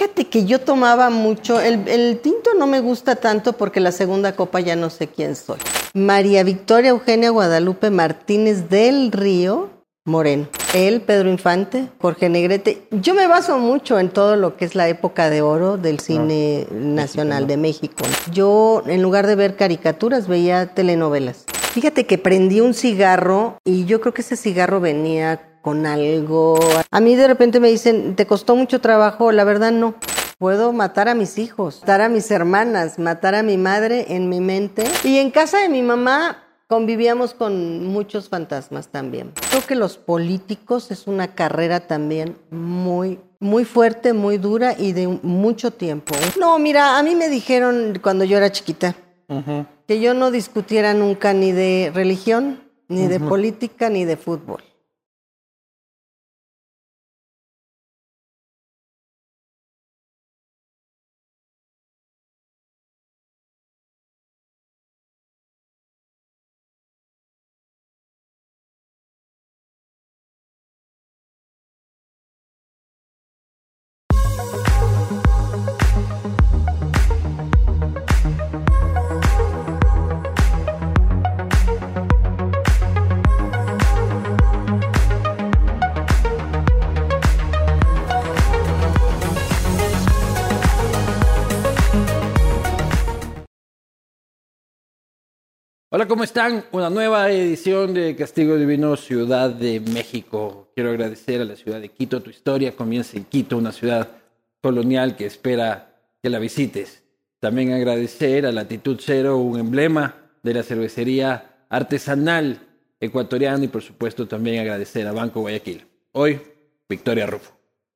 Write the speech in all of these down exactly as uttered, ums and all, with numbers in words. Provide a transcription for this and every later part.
Fíjate que yo tomaba mucho, el, el tinto no me gusta tanto porque la segunda copa ya no sé quién soy. María Victoria Eugenia Guadalupe Martínez del Río Moreno. Él, Pedro Infante, Jorge Negrete. Yo me baso mucho en todo lo que es la época de oro del cine no, nacional de México. Yo, en lugar de ver caricaturas, veía telenovelas. Fíjate que prendí un cigarro y yo creo que ese cigarro venía con algo. A mí de repente me dicen, ¿te costó mucho trabajo? La verdad no. Puedo matar a mis hijos, matar a mis hermanas, matar a mi madre en mi mente. Y en casa de mi mamá convivíamos con muchos fantasmas también. Creo que los políticos es una carrera también muy, muy fuerte, muy dura y de mucho tiempo. No, mira, a mí me dijeron cuando yo era chiquita uh-huh. que yo no discutiera nunca ni de religión, ni uh-huh. de política, ni de fútbol. Hola, ¿cómo están? Una nueva edición de Castigo Divino, Ciudad de México. Quiero agradecer a la ciudad de Quito. Tu historia comienza en Quito, una ciudad colonial que espera que la visites. También agradecer a Latitud Cero, un emblema de la cervecería artesanal ecuatoriana, y por supuesto también agradecer a Banco Guayaquil. Hoy, Victoria Rufo.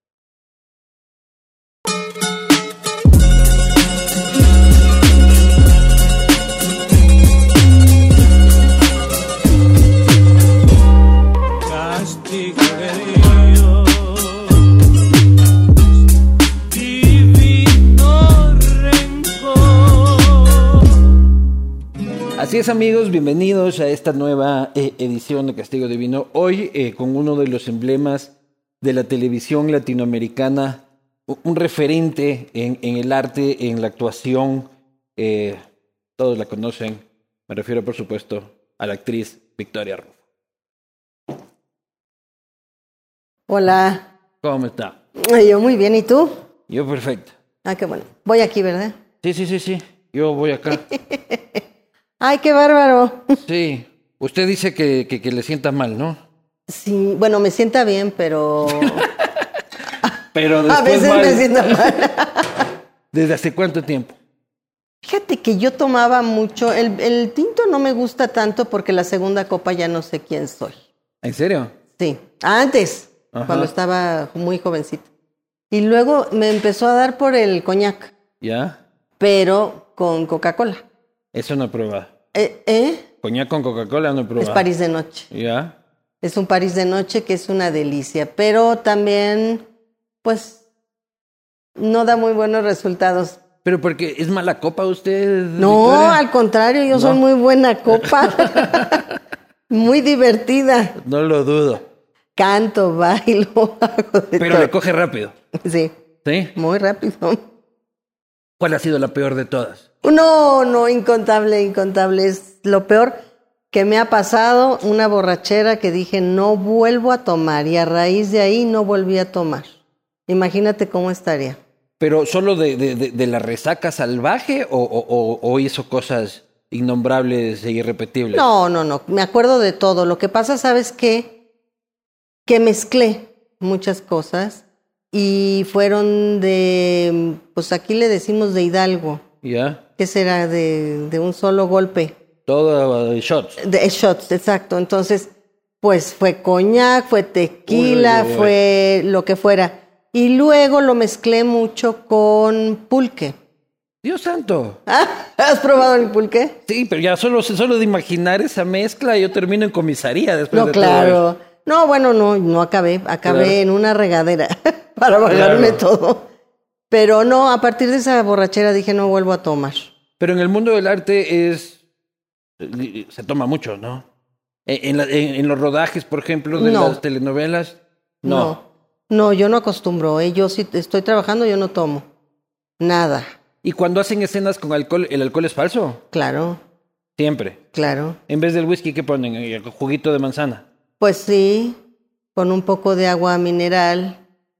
Así es, amigos, bienvenidos a esta nueva eh, edición de Castigo Divino. Hoy eh, con uno de los emblemas de la televisión latinoamericana, un referente en, en el arte, en la actuación. Eh, todos la conocen. Me refiero, por supuesto, a la actriz Victoria Rufo. Hola. ¿Cómo está? Yo muy bien, ¿y tú? Yo perfecto. Ah, qué bueno. Voy aquí, ¿verdad? Sí, sí, sí, sí. Yo voy acá. ¡Ay, qué bárbaro! Sí. Usted dice que, que, que le sienta mal, ¿no? Sí, bueno, me sienta bien, pero... pero después a veces mal. me sienta mal. ¿Desde hace cuánto tiempo? Fíjate que yo tomaba mucho... El, el tinto no me gusta tanto porque la segunda copa ya no sé quién soy. ¿En serio? Sí. Antes, Ajá. cuando estaba muy jovencita. Y luego me empezó a dar por el coñac. ¿Ya? Pero con Coca-Cola. Eso no he probado. ¿Eh? ¿Eh? Coñac con Coca-Cola no he probado. Es París de noche. ¿Ya? Es un París de noche que es una delicia, pero también, pues, no da muy buenos resultados. ¿Pero porque es mala copa usted? No, Victoria? Al contrario, yo no. soy muy buena copa. Muy divertida. No lo dudo. Canto, bailo, hago de Pero todo. le coge rápido. Sí. ¿Sí? Muy rápido. ¿Cuál ha sido la peor de todas? No, no, incontable, incontable. Es lo peor que me ha pasado, una borrachera que dije no vuelvo a tomar y a raíz de ahí no volví a tomar. Imagínate cómo estaría. ¿Pero solo de, de, de, de la resaca salvaje o, o, o hizo cosas innombrables e irrepetibles? No, no, no, me acuerdo de todo. Lo que pasa, ¿sabes qué? Que mezclé muchas cosas y fueron de, pues aquí le decimos de Hidalgo. ¿Ya? ¿Qué será? De, de un solo golpe. Todo de shots. De shots, exacto. Entonces, pues fue coñac, fue tequila, uy, uy, uy. fue lo que fuera. Y luego lo mezclé mucho con pulque. ¡Dios santo! ¿Has probado el pulque? Sí, pero ya solo, solo de imaginar esa mezcla yo termino en comisaría después no, de claro. todo eso. No, bueno, no, no acabé. Acabé claro. en una regadera para bajarme claro. todo. Pero no, a partir de esa borrachera dije no vuelvo a tomar. Pero en el mundo del arte es se toma mucho, ¿no? En, en, la, en, en los rodajes, por ejemplo, de no. las telenovelas, no. no. No, yo no acostumbro, ¿eh? Yo si estoy trabajando, yo no tomo. Nada. ¿Y cuando hacen escenas con alcohol, el alcohol es falso? Claro, Siempre. claro. En vez del whisky, ¿qué ponen? ¿El juguito de manzana? Pues sí, con un poco de agua mineral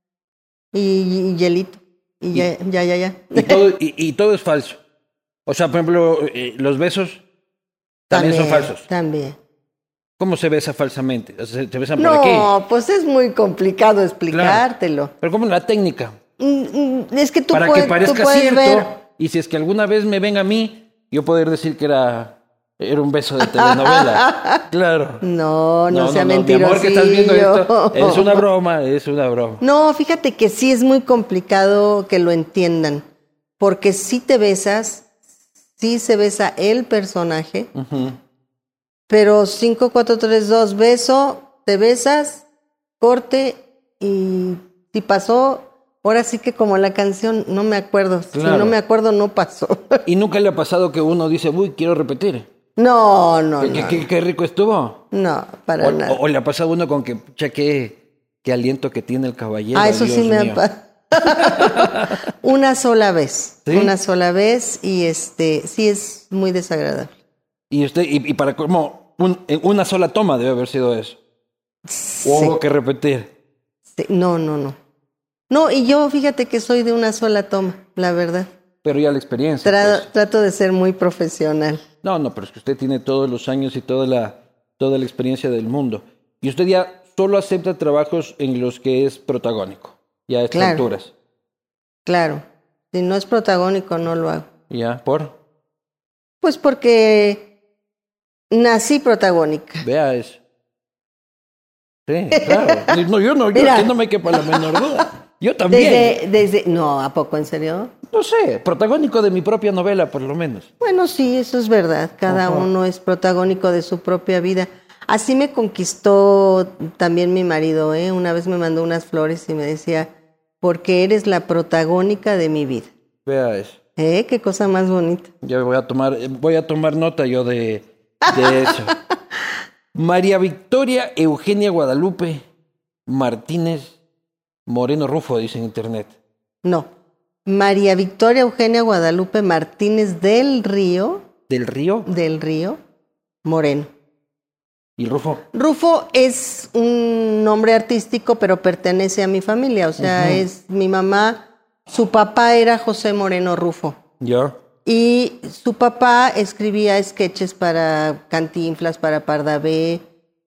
y, y hielito. Y, y ya, ya, ya, ya. Y todo, y, y todo es falso. O sea, por ejemplo, eh, los besos también, también son falsos. También. ¿Cómo se besa falsamente? O sea, ¿te besan por no, aquí? No, pues es muy complicado explicártelo. Claro. Pero ¿cómo la técnica? Mm, es que tú Para puedes, que parezca tú puedes cierto. ver. Y si es que alguna vez me ven a mí, yo poder decir que era, era un beso de telenovela. Claro. No, no, no sea no, no, mentirosillo. Mi amor, que estás viendo esto, es una broma, es una broma. No, fíjate que sí es muy complicado que lo entiendan. Porque si te besas, sí se besa el personaje. Uh-huh. Pero cinco, cuatro, tres, dos, beso, te besas, corte y si pasó, ahora sí que como la canción, no me acuerdo. Claro. Si no me acuerdo, no pasó. ¿Y nunca le ha pasado que uno dice, uy, quiero repetir? No, no, ¿Qué, no. ¿Qué, qué rico estuvo? No, para o, nada. O, o le ha pasado a uno con que, pucha, qué, qué aliento que tiene el caballero. Ah, eso Dios sí me mío. ha pasado. Una sola vez. ¿Sí? Una sola vez y este, sí es muy desagradable. Y usted, y, y para cómo, un, en una sola toma debe haber sido eso. Sí. ¿O hubo que repetir? Sí. No, no, no. No, y yo fíjate que soy de una sola toma, la verdad. Pero ya la experiencia. Tra- pues. Trato de ser muy profesional. No, no, pero es que usted tiene todos los años y toda la, toda la experiencia del mundo. Y usted ya solo acepta trabajos en los que es protagónico. Ya a estas claro. alturas. Claro. Si no es protagónico, no lo hago. ¿Ya? ¿Por? Pues porque nací protagónica. Vea eso. Sí, claro. No, yo no, yo Mira, que no me quepa la menor duda. Yo también. Desde, desde, no, ¿a poco en serio? No sé, protagónico de mi propia novela, por lo menos. Bueno, sí, eso es verdad. Cada uh-huh. uno es protagónico de su propia vida. Así me conquistó también mi marido, ¿eh? Una vez me mandó unas flores y me decía, porque eres la protagónica de mi vida. Vea eso. ¿Eh? Qué cosa más bonita. Ya voy a tomar, voy a tomar nota yo de, de eso. María Victoria Eugenia Guadalupe Martínez Moreno Rufo, dice en internet. No. María Victoria Eugenia Guadalupe Martínez del Río. ¿Del Río? Del Río Moreno. ¿Y Rufo? Rufo es un nombre artístico, pero pertenece a mi familia. O sea, uh-huh. es mi mamá. Su papá era José Moreno Rufo. ¿Ya? Y su papá escribía sketches para Cantinflas, para Pardavé.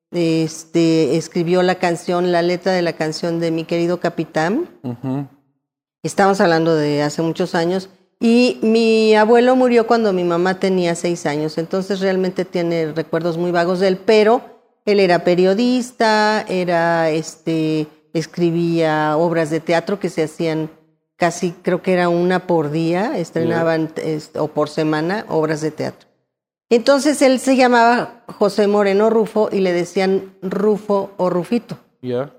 Este, escribió la canción, la letra de la canción de Mi Querido Capitán. Uh-huh. Estamos hablando de hace muchos años. Y mi abuelo murió cuando mi mamá tenía seis años, entonces realmente tiene recuerdos muy vagos de él, pero él era periodista, era, este, escribía obras de teatro que se hacían casi, creo que era una por día, estrenaban, yeah. es, o por semana, obras de teatro. Entonces él se llamaba José Moreno Rufo y le decían Rufo o Rufito. Yeah.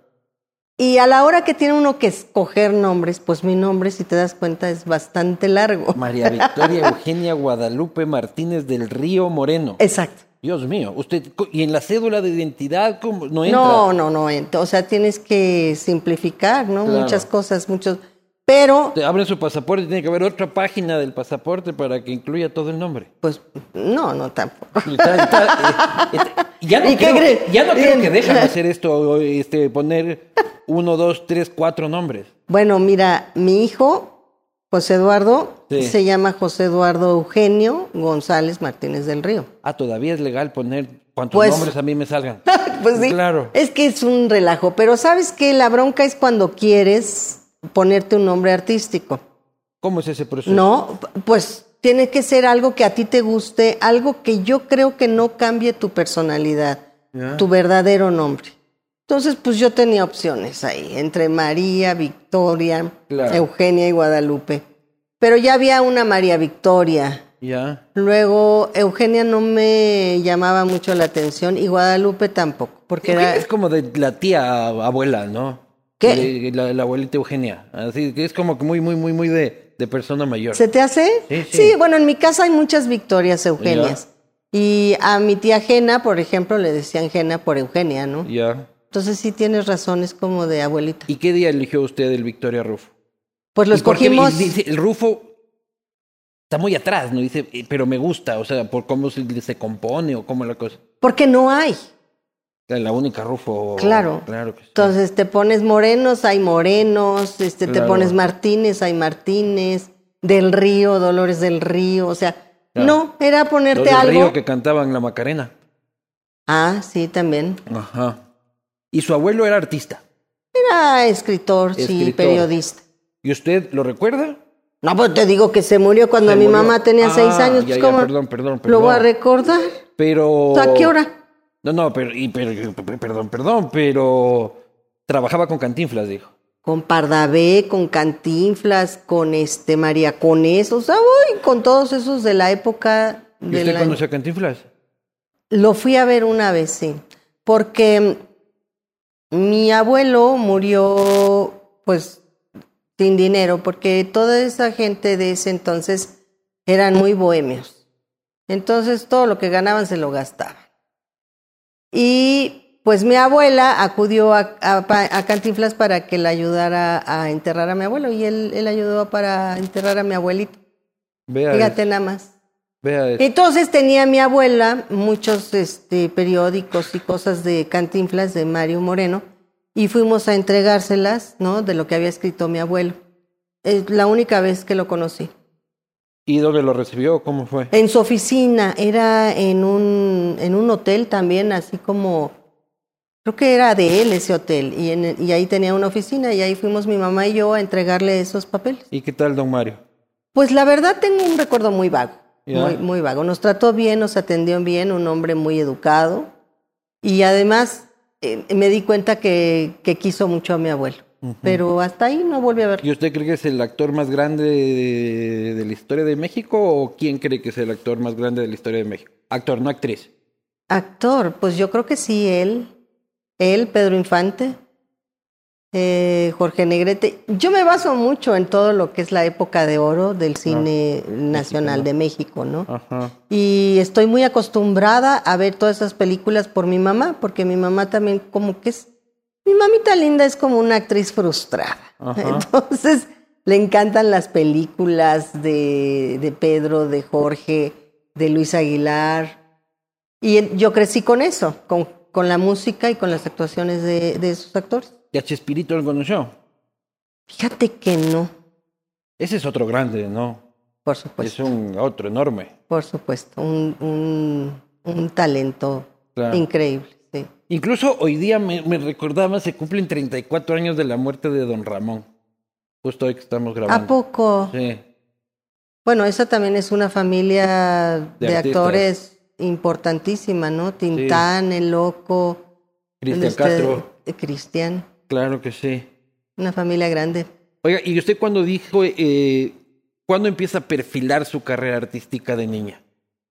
Y a la hora que tiene uno que escoger nombres, pues mi nombre, si te das cuenta, es bastante largo. María Victoria Eugenia Guadalupe Martínez del Río Moreno. Exacto. Dios mío, usted, ¿y en la cédula de identidad cómo no entra? No, no, no entra. O sea, tienes que simplificar, ¿no? Claro. Muchas cosas, muchos... Pero... Te abren su pasaporte y tiene que haber otra página del pasaporte para que incluya todo el nombre. Pues, no, no tampoco. Está, está, está, ya no, creo, ya no creo que dejan hacer esto, este, poner uno, dos, tres, cuatro nombres. Bueno, mira, mi hijo, José Eduardo, sí. se llama José Eduardo Eugenio González Martínez del Río. Ah, todavía es legal poner cuantos pues, nombres a mí me salgan. Pues sí, claro. Es que es un relajo, pero ¿sabes qué? La bronca es cuando quieres ponerte un nombre artístico. ¿Cómo es ese proceso? No, pues tiene que ser algo que a ti te guste, algo que yo creo que no cambie tu personalidad, yeah. tu verdadero nombre. Entonces, pues yo tenía opciones ahí, entre María, Victoria, claro. Eugenia y Guadalupe. Pero ya había una María Victoria. Ya. Yeah. Luego, Eugenia no me llamaba mucho la atención y Guadalupe tampoco. Porque Eugenia era... es como de la tía abuela, ¿no? ¿Qué? La, la abuelita Eugenia. Así que es como que muy, muy, muy, muy de, de persona mayor. ¿Se te hace? Sí, sí. Sí, bueno, en mi casa hay muchas Victorias Eugenias. Ya. Y a mi tía Gena, por ejemplo, le decían Gena por Eugenia, ¿no? Ya. Entonces sí tienes razón, es como de abuelita. ¿Y qué día eligió usted el Victoria Rufo? Pues lo ¿Y por qué? escogimos... Y dice, el Rufo está muy atrás, ¿no? Dice, pero me gusta, o sea, por cómo se, se compone o cómo la cosa. Porque no hay. La única Rufo. Claro. Claro que sí. Entonces te pones morenos, hay morenos, este, Claro. te pones Martínez, hay Martínez, del Río, Dolores del Río, o sea, Claro. no, era ponerte Los del algo. Río que cantaban la Macarena. Ah, sí, también. Ajá. Y su abuelo era artista. Era escritor, sí, Escritor. periodista. ¿Y usted lo recuerda? No, pues te digo que se murió cuando Se mi murió. mamá tenía Ah, seis años, ya, pues ya, ¿cómo perdón, perdón, lo perdón. voy a recordar? Pero... ¿A qué hora? No, no, pero, y, pero, perdón, perdón, pero trabajaba con Cantinflas, dijo. Con Pardavé, con Cantinflas, con este María Conés, o sea, uy, con todos esos de la época. ¿Y de usted la... conoció a Cantinflas? Lo fui a ver una vez, sí, porque mi abuelo murió, pues, sin dinero, porque toda esa gente de ese entonces eran muy bohemios. Entonces, todo lo que ganaban se lo gastaban. Y pues mi abuela acudió a, a, a Cantinflas para que le ayudara a enterrar a mi abuelo y él, él ayudó para enterrar a mi abuelito. Vea Fíjate eso, nada más. vea eso. Entonces tenía mi abuela muchos este, periódicos y cosas de Cantinflas, de Mario Moreno, y fuimos a entregárselas, ¿no? De lo que había escrito mi abuelo. Es la única vez que lo conocí. ¿Y dónde lo recibió? ¿Cómo fue? En su oficina, era en un, en un hotel también, así como, creo que era de él ese hotel, y, en, y ahí tenía una oficina, y ahí fuimos mi mamá y yo a entregarle esos papeles. ¿Y qué tal, don Mario? Pues la verdad tengo un recuerdo muy vago, ¿Ya? muy, muy vago. Nos trató bien, nos atendió bien, un hombre muy educado, y además eh, me di cuenta que, que quiso mucho a mi abuelo. Uh-huh. Pero hasta ahí no volví a ver. ¿Y usted cree que es el actor más grande de, de la historia de México o quién cree que es el actor más grande de la historia de México? Actor, no actriz. Actor, pues yo creo que sí, él. Él, Pedro Infante, eh, Jorge Negrete. Yo me baso mucho en todo lo que es la época de oro del cine ah, nacional de México, ¿no? Ajá. Y estoy muy acostumbrada a ver todas esas películas por mi mamá, porque mi mamá también como que es... Mi mamita linda es como una actriz frustrada. Ajá. Entonces le encantan las películas de, de Pedro, de Jorge, de Luis Aguilar. Y yo crecí con eso, con, con la música y con las actuaciones de, de esos actores. ¿Y a Chespirito lo conoció? Fíjate que no. Ese es otro grande, ¿no? Por supuesto. Es un otro enorme. Por supuesto, un, un, un talento claro. increíble. Sí. Incluso hoy día me, me recordaba, se cumplen treinta y cuatro años de la muerte de don Ramón. Justo hoy que estamos grabando. ¿A poco? Sí. Bueno, esa también es una familia de, de actores importantísima, ¿no? Tintán, sí. El Loco. Cristian este, Castro. Eh, Cristian. Claro que sí. Una familia grande. Oiga, ¿y usted cuándo dijo, eh, cuándo empieza a perfilar su carrera artística de niña?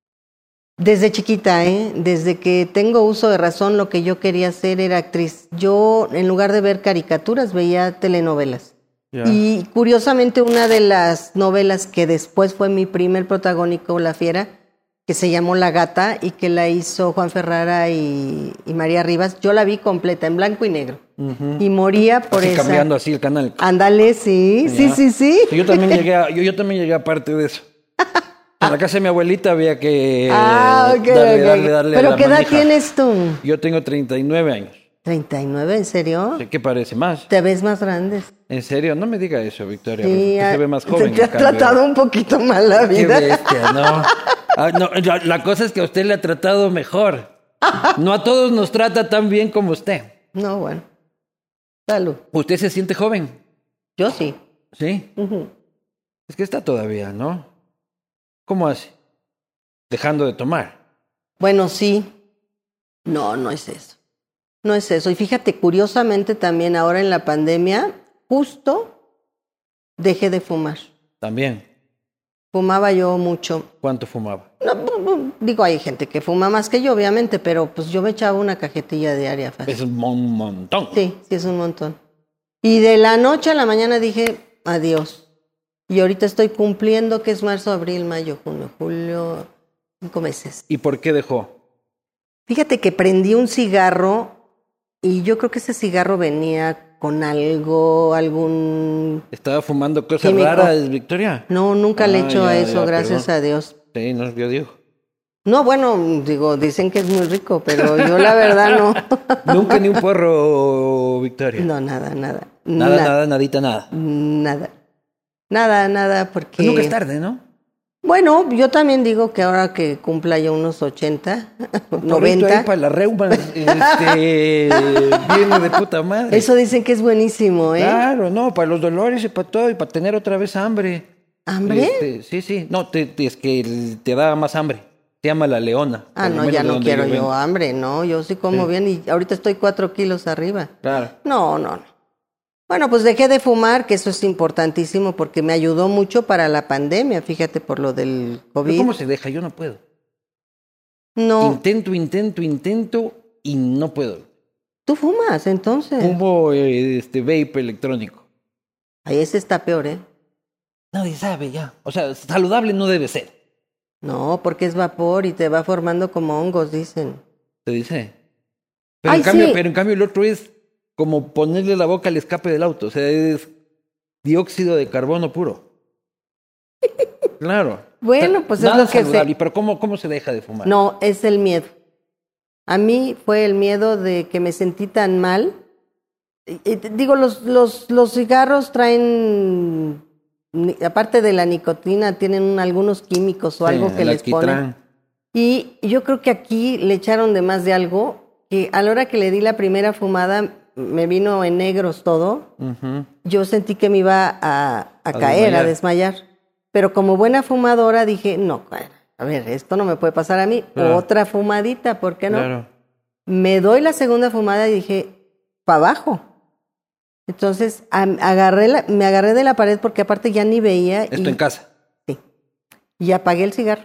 Desde chiquita, ¿eh? Desde que tengo uso de razón, lo que yo quería hacer era actriz. Yo, en lugar de ver caricaturas, veía telenovelas. Ya. Y curiosamente, una de las novelas que después fue mi primer protagónico, La Fiera, que se llamó La Gata y que la hizo Juan Ferrara y, y María Rivas, yo la vi completa, en blanco y negro. Uh-huh. Y moría por así esa... cambiando así el canal. Ándale, sí, ya. sí, sí, sí. Yo también llegué a, yo, yo también llegué a parte de eso. En la casa de mi abuelita había que ah, okay, darle, okay. darle, darle ¿Pero a la qué edad manija. tienes tú? Yo tengo treinta y nueve años. ¿treinta y nueve? ¿En serio? ¿Qué parece más? Te ves más grande. ¿En serio? No me diga eso, Victoria. Sí, se ve más joven. Te ha tratado un poquito mal la vida. Qué bestia, ¿no? Ah, no la, la cosa es que a usted le ha tratado mejor. No a todos nos trata tan bien como usted. No, bueno. Salud. ¿Usted se siente joven? Yo sí. ¿Sí? Uh-huh. Es que está todavía, ¿no? ¿Cómo hace? Dejando de tomar. Bueno, sí. No, no es eso. No es eso. Y fíjate, curiosamente también ahora en la pandemia, justo dejé de fumar. También. Fumaba yo mucho. ¿Cuánto fumaba? No, digo, hay gente que fuma más que yo, obviamente, pero pues yo me echaba una cajetilla diaria fácil. Es un montón. Sí, sí es un montón. Y de la noche a la mañana dije, adiós. Y ahorita estoy cumpliendo, que es marzo, abril, mayo, junio, julio, cinco meses. ¿Y por qué dejó? Fíjate que prendí un cigarro y yo creo que ese cigarro venía con algo, algún... ¿Estaba fumando cosas químico. raras, Victoria? No, nunca Ah, le echo ya, a eso, ya, gracias perdón. a Dios. Sí, no, yo digo. No, bueno, digo, dicen que es muy rico, pero yo la verdad no. Nunca ni un porro, Victoria. No, nada, nada. Nada, na- nada, nadita, nada. Nada. Nada, nada, porque... Pues nunca es tarde, ¿no? Bueno, yo también digo que ahora que cumpla ya unos ochenta, Un porrito noventa, ahí para las reumas, este, viene de puta madre. eso dicen que es buenísimo, ¿eh? Claro, no, para los dolores y para todo, y para tener otra vez hambre. ¿Hambre? Este, sí, sí, no, te, te- es que te da más hambre. Se llama la leona. Ah, por lo no, menos ya de no donde quiero yo yo vengo. hambre, no, yo sí como Sí. bien y ahorita estoy cuatro kilos arriba. Claro. No, no, no. Bueno, pues dejé de fumar, que eso es importantísimo porque me ayudó mucho para la pandemia, fíjate, por lo del Pero COVID. ¿cómo se deja? Yo no puedo. No, Intento, intento, intento y no puedo. tú fumas, entonces. Fumo eh, este vape electrónico. Ahí ese está peor, ¿eh? Nadie sabe ya. O sea, saludable no debe ser. No, porque es vapor y te va formando como hongos, dicen. ¿Te dice? Pero, Ay, en cambio, sí. pero en cambio el otro es como ponerle la boca al escape del auto. O sea, es dióxido de carbono puro. Claro. Bueno, O sea, pues es nada lo que saludable. se... Pero ¿cómo, ¿cómo se deja de fumar? No, es el miedo. A mí fue el miedo de que me sentí tan mal. Y- y te- Digo, los, los, los cigarros traen, ni- aparte de la nicotina, tienen un- algunos químicos o Sí, algo que el les ponen. alquitrán. Y yo creo que aquí le echaron de más de algo, que a la hora que le di la primera fumada, me vino en negros todo. Ujú. Yo sentí que me iba a, a A caer, a desmayar. desmayar. Pero como buena fumadora dije, no, a ver, esto no me puede pasar a mí. Claro. Otra fumadita, ¿por qué no? Claro. Me doy la segunda fumada y dije, para abajo. Entonces a- agarré la- me agarré de la pared porque aparte ya ni veía. Esto y, en casa. sí, y apagué el cigarro.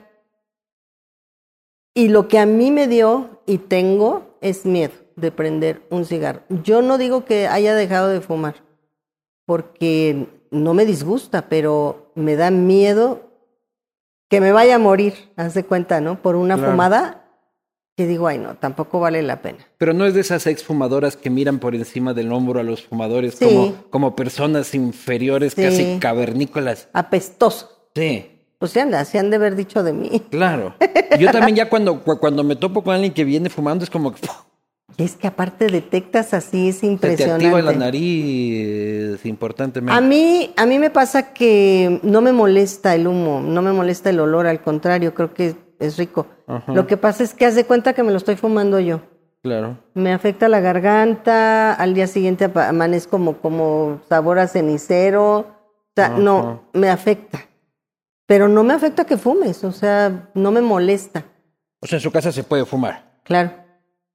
Y lo que a mí me dio y tengo es miedo de prender un cigarro. Yo no digo que haya dejado de fumar, porque no me disgusta, pero me da miedo que me vaya a morir, haz de cuenta, ¿no? Por una Claro. fumada que digo, ay, no, tampoco vale la pena. Pero no es de esas exfumadoras que miran por encima del hombro a los fumadores Sí. como, como personas inferiores, Sí. casi cavernícolas. Apestoso. Sí, Pues se han, se han de haber dicho de mí. claro. Yo también ya cuando, cu- cuando me topo con alguien que viene fumando es como que ¡puf! Y es que aparte detectas así, es Se te impresionante. activa la nariz importantemente. A mí, a mí me pasa que no me molesta el humo, no me molesta el olor, al contrario, creo que es rico. Ajá. Lo que pasa es que haz de cuenta que me lo estoy fumando yo. Claro. Me afecta la garganta, al día siguiente apa- amanezco como, como sabor a cenicero. O sea, Ajá. no, me afecta. Pero no me afecta que fumes, o sea, no me molesta. O sea, en su casa se puede fumar. Claro.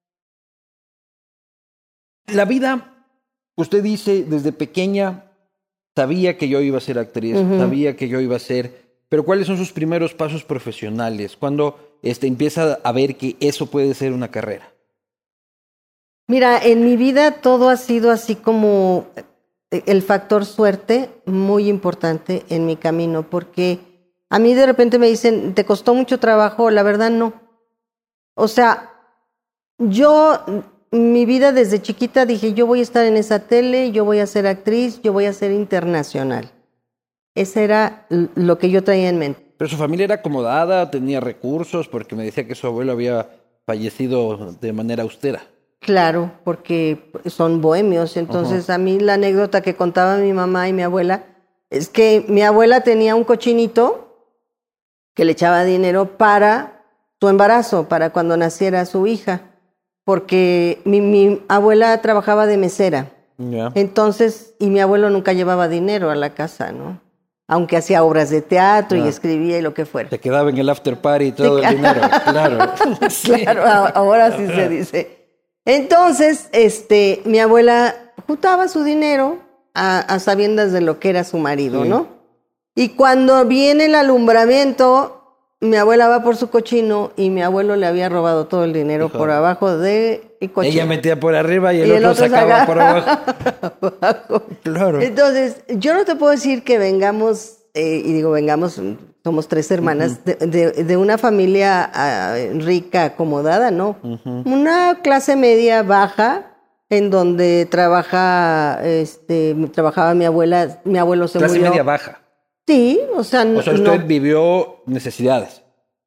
La vida, usted dice, desde pequeña sabía que yo iba a ser actriz, Ujú. sabía que yo iba a ser... Pero ¿cuáles son sus primeros pasos profesionales? Cuando este, empieza a ver que eso puede ser una carrera. Mira, en mi vida todo ha sido así como eh, el factor suerte muy importante en mi camino, porque a mí de repente me dicen, ¿te costó mucho trabajo? La verdad no. O sea, yo, mi vida desde chiquita dije, yo voy a estar en esa tele, yo voy a ser actriz, yo voy a ser internacional. Ese era l- lo que yo traía en mente. Pero su familia era acomodada, tenía recursos, porque me decía que su abuelo había fallecido de manera austera. Claro, porque son bohemios. Entonces, a mí la anécdota que contaba mi mamá y mi abuela es que mi abuela tenía un cochinito que le echaba dinero para su embarazo, para cuando naciera su hija, porque mi, mi abuela trabajaba de mesera. Ya. Entonces, y mi abuelo nunca llevaba dinero a la casa, ¿no? Aunque hacía obras de teatro y Ah. escribía y lo que fuera. Se quedaba en el after party y todo Sí, el dinero. Claro. Sí. Claro, a- ahora sí se dice. Entonces, este, mi abuela juntaba su dinero a, a sabiendas de lo que era su marido, Sí. ¿no? Y cuando viene el alumbramiento, mi abuela va por su cochino y mi abuelo le había robado todo el dinero Hijo. por abajo del cochino. Ella metía por arriba y el, Y el otro otro sacaba saca- por abajo. abajo. Claro. Entonces, yo no te puedo decir que vengamos, eh, y digo vengamos, somos tres hermanas, de, de- de una familia ah, rica, acomodada, ¿no? Una clase media baja, en donde trabaja, este, trabajaba mi abuela, mi abuelo se Clase murió. media baja. Sí, o sea, O sea, usted no, vivió necesidades.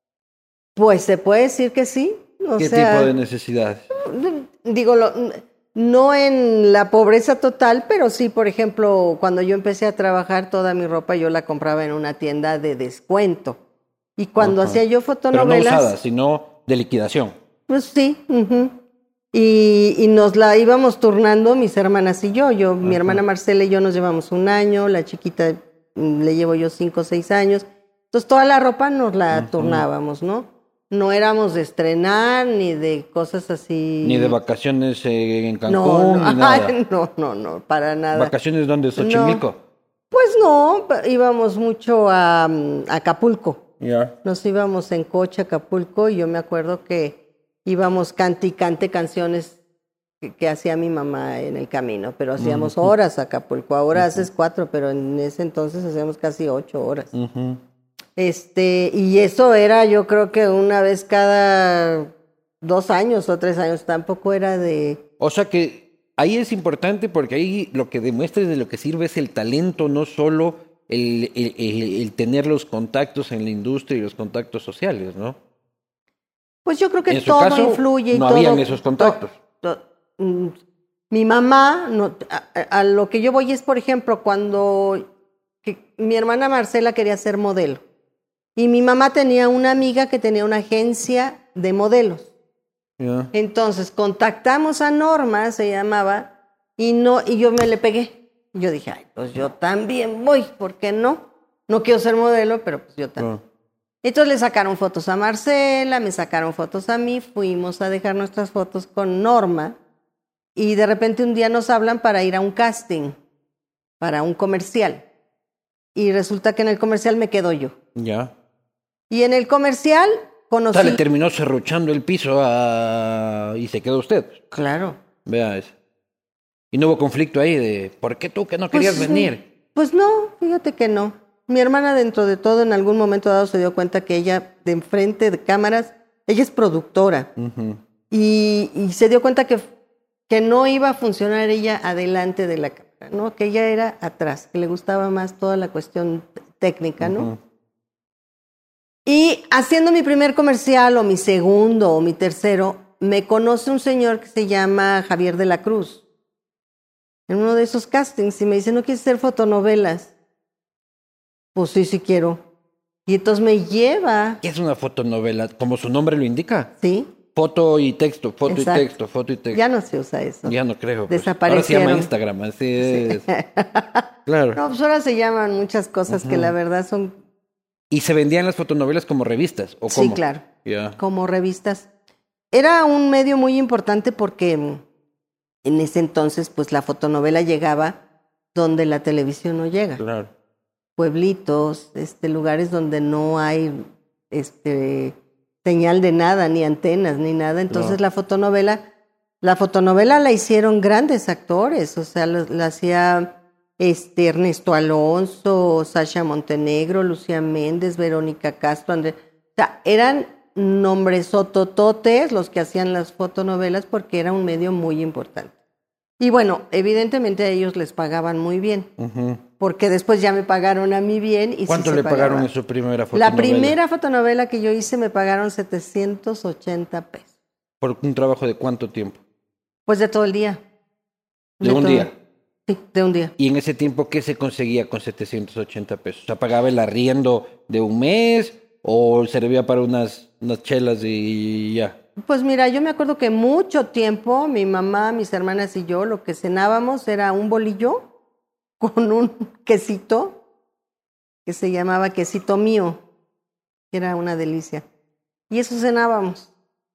pues se puede decir que sí. O ¿Qué sea, tipo de necesidades? digo, lo, no en la pobreza total, pero sí, por ejemplo, cuando yo empecé a trabajar, toda mi ropa yo la compraba en una tienda de descuento. Y cuando Ajá. hacía yo Pero no fotonovelas, usada, sino de liquidación. pues sí, ujú. y, y nos la íbamos turnando mis hermanas y yo. Yo, mi Ajá. hermana Marcela y yo nos llevamos un año, la chiquita mm, le llevo yo cinco o seis años. Entonces toda la ropa nos la Ajá. turnábamos, ¿no? No éramos de estrenar ni de cosas así. Ni de vacaciones eh, en Cancún, No, no, ni nada. ay, no, no, no, para nada. ¿Vacaciones dónde? ¿Xochimilco? Pues no, pa- íbamos mucho a, mm, a Acapulco. Ya. Nos íbamos en coche a Acapulco y yo me acuerdo que íbamos cante y cante canciones que, que hacía mi mamá en el camino, pero hacíamos Ujú. horas a Acapulco. Ahora Ujú. haces cuatro, pero en ese entonces hacíamos casi ocho horas. Ujú. Este, y eso era, yo creo que una vez cada dos años o tres años, tampoco era de... O sea que ahí es importante porque ahí lo que demuestra y de lo que sirve es el talento, no solo el, el- el- el tener los contactos en la industria y los contactos sociales, ¿no? Pues yo creo que En su todo caso, influye y no todo. habían esos contactos. to- to- mm, mi mamá, no, a, a- a lo que yo voy es, por ejemplo, cuando que mi hermana Marcela quería ser modelo. Y mi mamá tenía una amiga que tenía una agencia de modelos. Ya. Entonces contactamos a Norma, se llamaba, y no, y yo me le pegué. Yo dije, ay, pues yo también voy, ¿por qué no? No quiero ser modelo, pero pues yo también. Ah. Entonces le sacaron fotos a Marcela, me sacaron fotos a mí, fuimos a dejar nuestras fotos con Norma y de repente un día nos hablan para ir a un casting, para un comercial. Y resulta que en el comercial me quedo yo. Ya. Y en el comercial O conocí... sea, le terminó serruchando el piso a... y se quedó usted. Claro. Vea eso. Y no hubo conflicto ahí de ¿por qué tú que no querías Pues, venir? Pues no, fíjate que no. Mi hermana dentro de todo en algún momento dado se dio cuenta que ella de enfrente de cámaras, ella es productora. Ujú. Y, y se dio cuenta que, que no iba a funcionar ella adelante de la cámara, ¿no? Que ella era atrás, que le gustaba más toda la cuestión t- técnica, ¿no? Ujú. Y haciendo mi primer comercial o mi segundo o mi tercero, me conoce un señor que se llama Javier de la Cruz en uno de esos castings y me dice, ¿no quieres hacer fotonovelas? Pues sí, sí quiero. Y entonces me lleva, ¿Qué es una fotonovela? Como su nombre lo indica. ¿sí? Foto y texto, foto Exacto. y texto, foto y texto. Ya no se usa eso. Ya no creo. Pues. Ahora se Desaparecieron. llama Instagram, así es. Claro. No, pues ahora se llaman muchas cosas que la verdad son, ¿Y se vendían las fotonovelas como revistas? ¿O cómo? sí, claro, Ya. como revistas. Era un medio muy importante porque mm, en ese entonces, pues la fotonovela llegaba donde la televisión no llega. Claro. Pueblitos, este, lugares donde no hay este, señal de nada, ni antenas, ni nada. Entonces No. la fotonovela, la fotonovela la hicieron grandes actores, o sea, la, la hacía este, Ernesto Alonso, Sasha Montenegro, Lucía Méndez, Verónica Castro, Andrés. O sea, eran nombres sotototes los que hacían las fotonovelas porque era un medio muy importante. Y bueno, evidentemente a ellos les pagaban muy bien, Ujú. porque después ya me pagaron a mí bien. Y sí ¿Cuánto se le pagaron pagaba. en su primera fotonovela? La primera fotonovela que yo hice me pagaron setecientos ochenta pesos. ¿Por un trabajo de cuánto tiempo? Pues de todo el día. ¿De un todo- día? Sí, de un día. ¿Y en ese tiempo qué se conseguía con setecientos ochenta pesos? O sea, ¿pagaba el arriendo de un mes o servía para unas, unas chelas y ya? Pues mira, yo me acuerdo que mucho tiempo mi mamá, mis hermanas y yo lo que cenábamos era un bolillo con un quesito que se llamaba quesito mío, que era una delicia. Y eso cenábamos.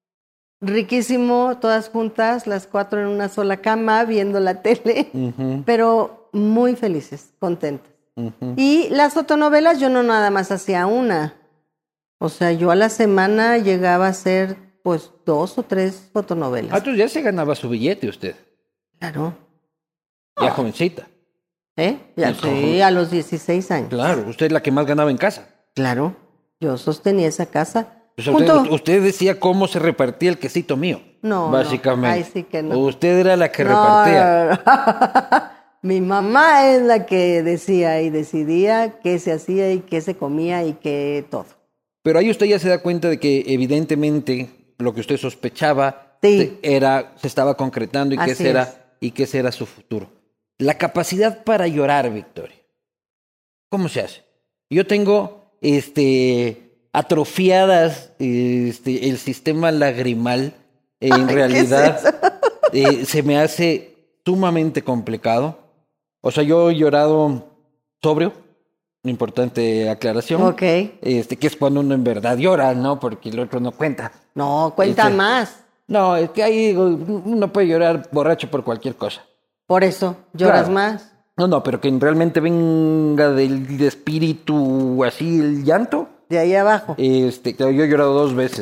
Riquísimo, todas juntas, las cuatro en una sola cama, viendo la tele, Ujú, pero muy felices, contentas. ujú. Y las fotonovelas yo no nada más hacía una. O sea, yo a la semana llegaba a hacer pues dos o tres fotonovelas. Ah, entonces ya se ganaba su billete usted, Claro. ya jovencita. ¿Eh? Ya, Pues, sí, a los dieciséis años. Claro, usted es la que más ganaba en casa. Claro. Yo sostenía esa casa. O sea, Junto- usted, usted decía cómo se repartía el quesito mío. No, básicamente. no, ahí sí que no. Usted era la que No, repartía. no, no. Mi mamá es la que decía y decidía qué se hacía y qué se comía y qué todo. Pero ahí usted ya se da cuenta de que evidentemente lo que usted sospechaba Sí. era, se estaba concretando y que, Así ese era, es. y que ese era su futuro. La capacidad para llorar, Victoria. ¿Cómo se hace? Yo tengo este, atrofiadas este, el sistema lagrimal. En ¿Qué realidad es eso? eh, se me hace sumamente complicado. O sea, yo he llorado sobrio, importante aclaración. Ok. Este, que es cuando uno en verdad llora, ¿no? Porque el otro no cuenta. No, cuenta Este, más. No, es que ahí uno puede llorar borracho por cualquier cosa. Por eso, lloras Claro. más. No, no, pero que realmente venga del espíritu así el llanto. De ahí abajo. Este, claro, yo he llorado dos veces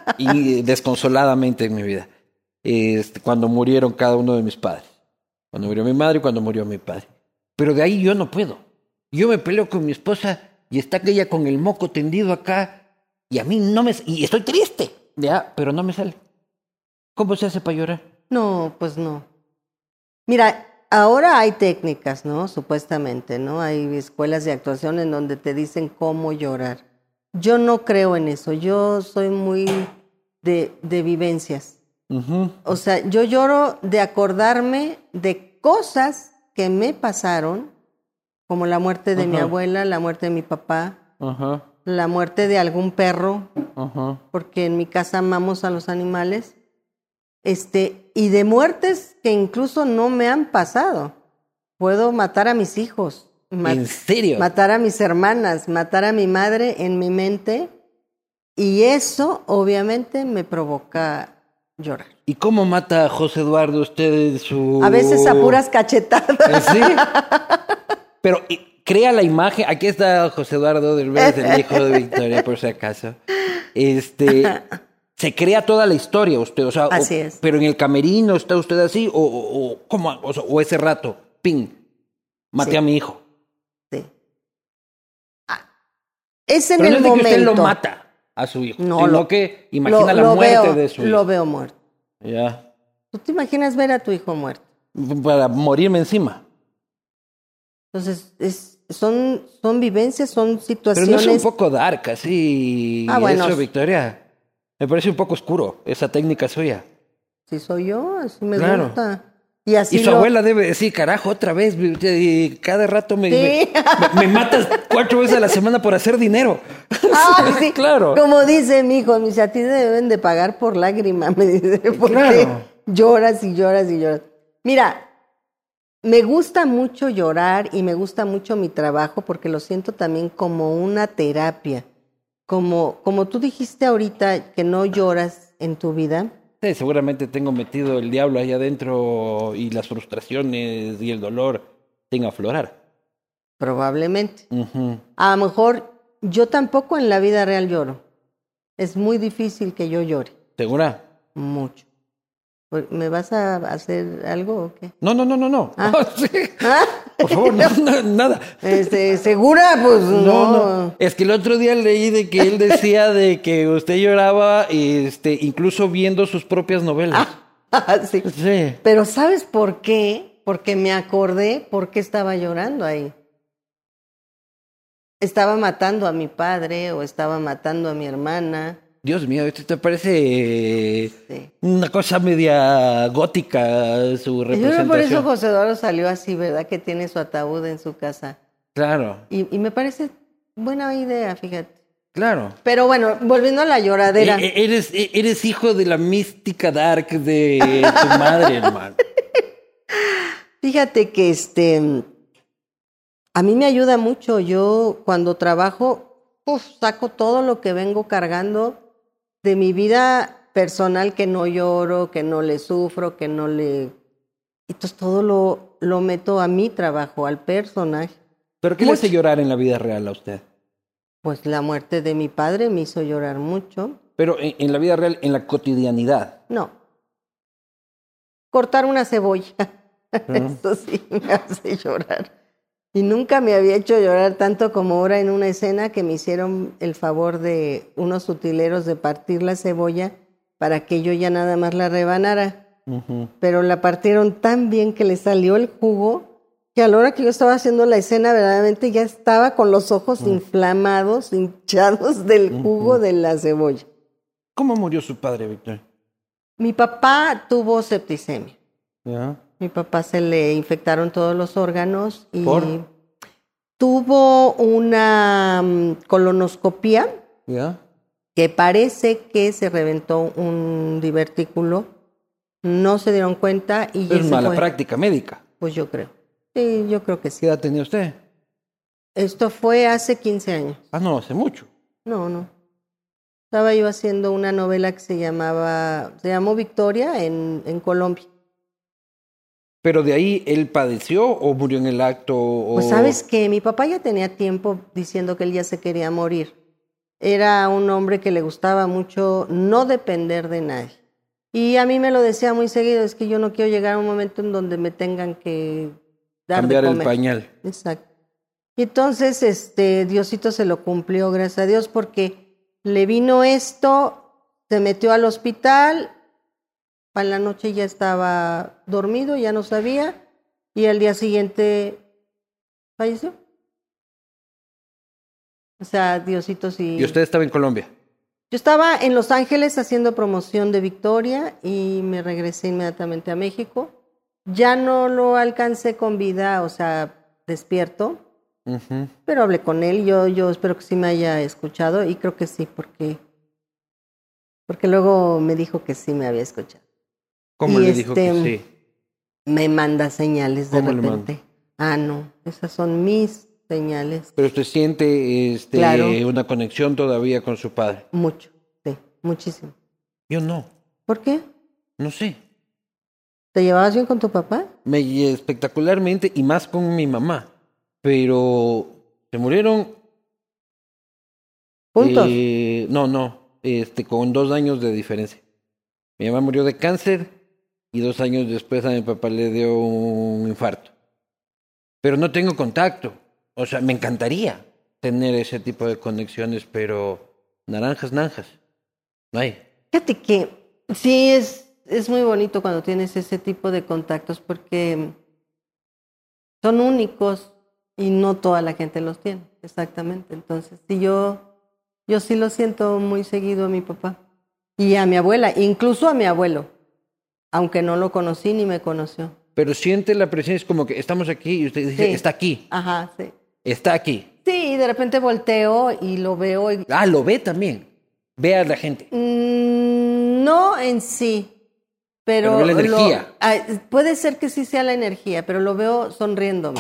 y desconsoladamente en mi vida. Este, cuando murieron cada uno de mis padres. Cuando murió mi madre y cuando murió mi padre. Pero de ahí yo no puedo. Yo me peleo con mi esposa y está ella con el moco tendido acá y a mí no me... Y estoy triste, ya, pero no me sale. ¿Cómo se hace para llorar? No, pues no. Mira, ahora hay técnicas, ¿no? Supuestamente, ¿no? Hay escuelas de actuación en donde te dicen cómo llorar. Yo no creo en eso. Yo soy muy de, de vivencias. Uh-huh. O sea, yo lloro de acordarme de cosas que me pasaron, como la muerte de Ajá. mi abuela, la muerte de mi papá, Ajá, la muerte de algún perro, ajá. porque en mi casa amamos a los animales, este, y de muertes que incluso no me han pasado. Puedo matar a mis hijos, mat- ¿En serio? matar a mis hermanas, matar a mi madre en mi mente, y eso obviamente me provoca llorar. ¿Y cómo mata a José Eduardo usted en su... A veces a puras cachetadas. ¿Eh, sí? Pero y, crea la imagen. Aquí está José Eduardo Derbez, el hijo de Victoria, por si acaso. Este, se crea toda la historia usted, o sea, Así o- es. pero en el camerino está usted así, o, o, o ¿cómo? O, sea, o ese rato, ping, maté Sí. a mi hijo. Sí. Ah, es en Pero no el es de que momento. usted lo mata a su hijo, No, sino lo- que imagina lo- la lo muerte veo, de su Lo hijo. veo muerto. Ya. ¿Tú te imaginas ver a tu hijo muerto? Para morirme encima. Entonces, es, son, son vivencias, son Pero situaciones. no es un poco dark, así. Ah, bueno. Eso, Victoria. Me parece un poco oscuro, esa técnica suya. Si soy yo, así me Claro. gusta. Y así Y su lo- abuela debe decir, carajo, otra vez, y cada rato me, Sí. me, me matas cuatro veces a la semana por hacer dinero. Ah, sí. Claro. Como dice mi hijo, me dice, a ti te deben de pagar por lágrima, me dice, porque Claro. lloras y lloras y lloras. Mira, me gusta mucho llorar y me gusta mucho mi trabajo porque lo siento también como una terapia. Como, como tú dijiste ahorita que no lloras en tu vida. Sí, seguramente tengo metido el diablo ahí adentro y las frustraciones y el dolor sin aflorar. Probablemente. Ujú. A lo mejor yo tampoco en la vida real lloro. Es muy difícil que yo llore. ¿Segura? Mucho. ¿Me vas a hacer algo o qué? No, no, no, no, no. Ah. Sí. ¿Ah? Por favor, no, no, nada. Este, ¿segura? Pues no. No, no. Es que el otro día leí de que él decía de que usted lloraba, este, incluso viendo sus propias novelas. Ah, sí. Sí. Pero ¿sabes por qué? Porque me acordé por qué estaba llorando ahí. Estaba matando a mi padre o estaba matando a mi hermana. Dios mío, esto te parece Sí. una cosa media gótica su Yo creo que representación. por eso José Eduardo salió así, ¿verdad? Que tiene su ataúd en su casa. Claro, Y, y me parece buena idea, fíjate. claro. Pero bueno, volviendo a la lloradera. E- e- eres, e- eres hijo de la mística dark de tu madre, hermano. Fíjate que este, a mí me ayuda mucho. Yo cuando trabajo, uf, saco todo lo que vengo cargando de mi vida personal, que no lloro, que no le sufro, que no le... Entonces todo lo, lo meto a mi trabajo, al personaje. ¿Pero qué le hace Mucho. llorar en la vida real a usted? Pues la muerte de mi padre me hizo llorar mucho. Pero en, en la vida real, en la cotidianidad. No. Cortar una cebolla. Eso sí me hace llorar. Y nunca me había hecho llorar tanto como ahora en una escena que me hicieron el favor de unos utileros de partir la cebolla para que yo ya nada más la rebanara. Ujú. Pero la partieron tan bien que le salió el jugo, que a la hora que yo estaba haciendo la escena, verdaderamente ya estaba con los ojos Mm. inflamados, hinchados del jugo Ujú. de la cebolla. ¿Cómo murió su padre, Victoria? Mi papá tuvo septicemia. ¿Ya? Mi papá se le infectaron todos los órganos y ¿Por? tuvo una mm, colonoscopía ¿Ya? que parece que se reventó un divertículo. No se dieron cuenta y Es se mala fue. práctica médica. Pues yo creo. Sí, yo creo que sí. ¿Qué edad tenía usted? Esto fue hace quince años. Ah, no, hace mucho. No, no. Estaba yo haciendo una novela que se llamaba, se llamó Victoria en, en Colombia. ¿Pero de ahí él padeció o murió en el acto? O... Pues sabes que mi papá ya tenía tiempo diciendo que él ya se quería morir. Era un hombre que le gustaba mucho no depender de nadie. Y a mí me lo decía muy seguido, es que yo no quiero llegar a un momento en donde me tengan que dar cambiar de el comer. pañal. Exacto. Y entonces, este, Diosito se lo cumplió, gracias a Dios, porque le vino esto, se metió al hospital, para la noche ya estaba dormido, ya no sabía, y al día siguiente falleció. O sea, Diosito sí. ¿Y usted estaba en Colombia? Yo estaba en Los Ángeles haciendo promoción de Victoria y me regresé inmediatamente a México. Ya no lo alcancé con vida, o sea, despierto. Uh-huh. Pero hablé con él, yo, yo espero que sí me haya escuchado y creo que sí, porque, porque luego me dijo que sí me había escuchado. ¿Cómo Y le dijo este, que sí? Me manda señales de ¿Cómo le repente. Ah, no, esas son mis señales. Pero usted siente este, Claro. una conexión todavía con su padre. Mucho, sí, muchísimo. Yo no, ¿Por qué? no sé. ¿Te llevabas bien con tu papá? Me llevé espectacularmente y más con mi mamá. Pero se murieron. ¿Juntos? Eh, no, no, este, con dos años de diferencia. Mi mamá murió de cáncer y dos años después a mi papá le dio un infarto. Pero no tengo contacto. O sea, me encantaría tener ese tipo de conexiones, pero naranjas, nanjas. No hay. Fíjate que sí es, es muy bonito cuando tienes ese tipo de contactos porque son únicos y no toda la gente los tiene, exactamente. Entonces, sí, yo, yo sí lo siento muy seguido a mi papá y a mi abuela, incluso a mi abuelo, aunque no lo conocí ni me conoció. Pero siente la presencia, es como que estamos aquí y usted dice, Sí. está aquí, Ajá, sí. está aquí. Sí, y de repente volteo y lo veo y Ah, lo ve también. Ve a la gente. Mm, no en sí, pero, Pero ve la lo- energía. ah, puede ser que sí sea la energía, pero lo veo sonriéndome.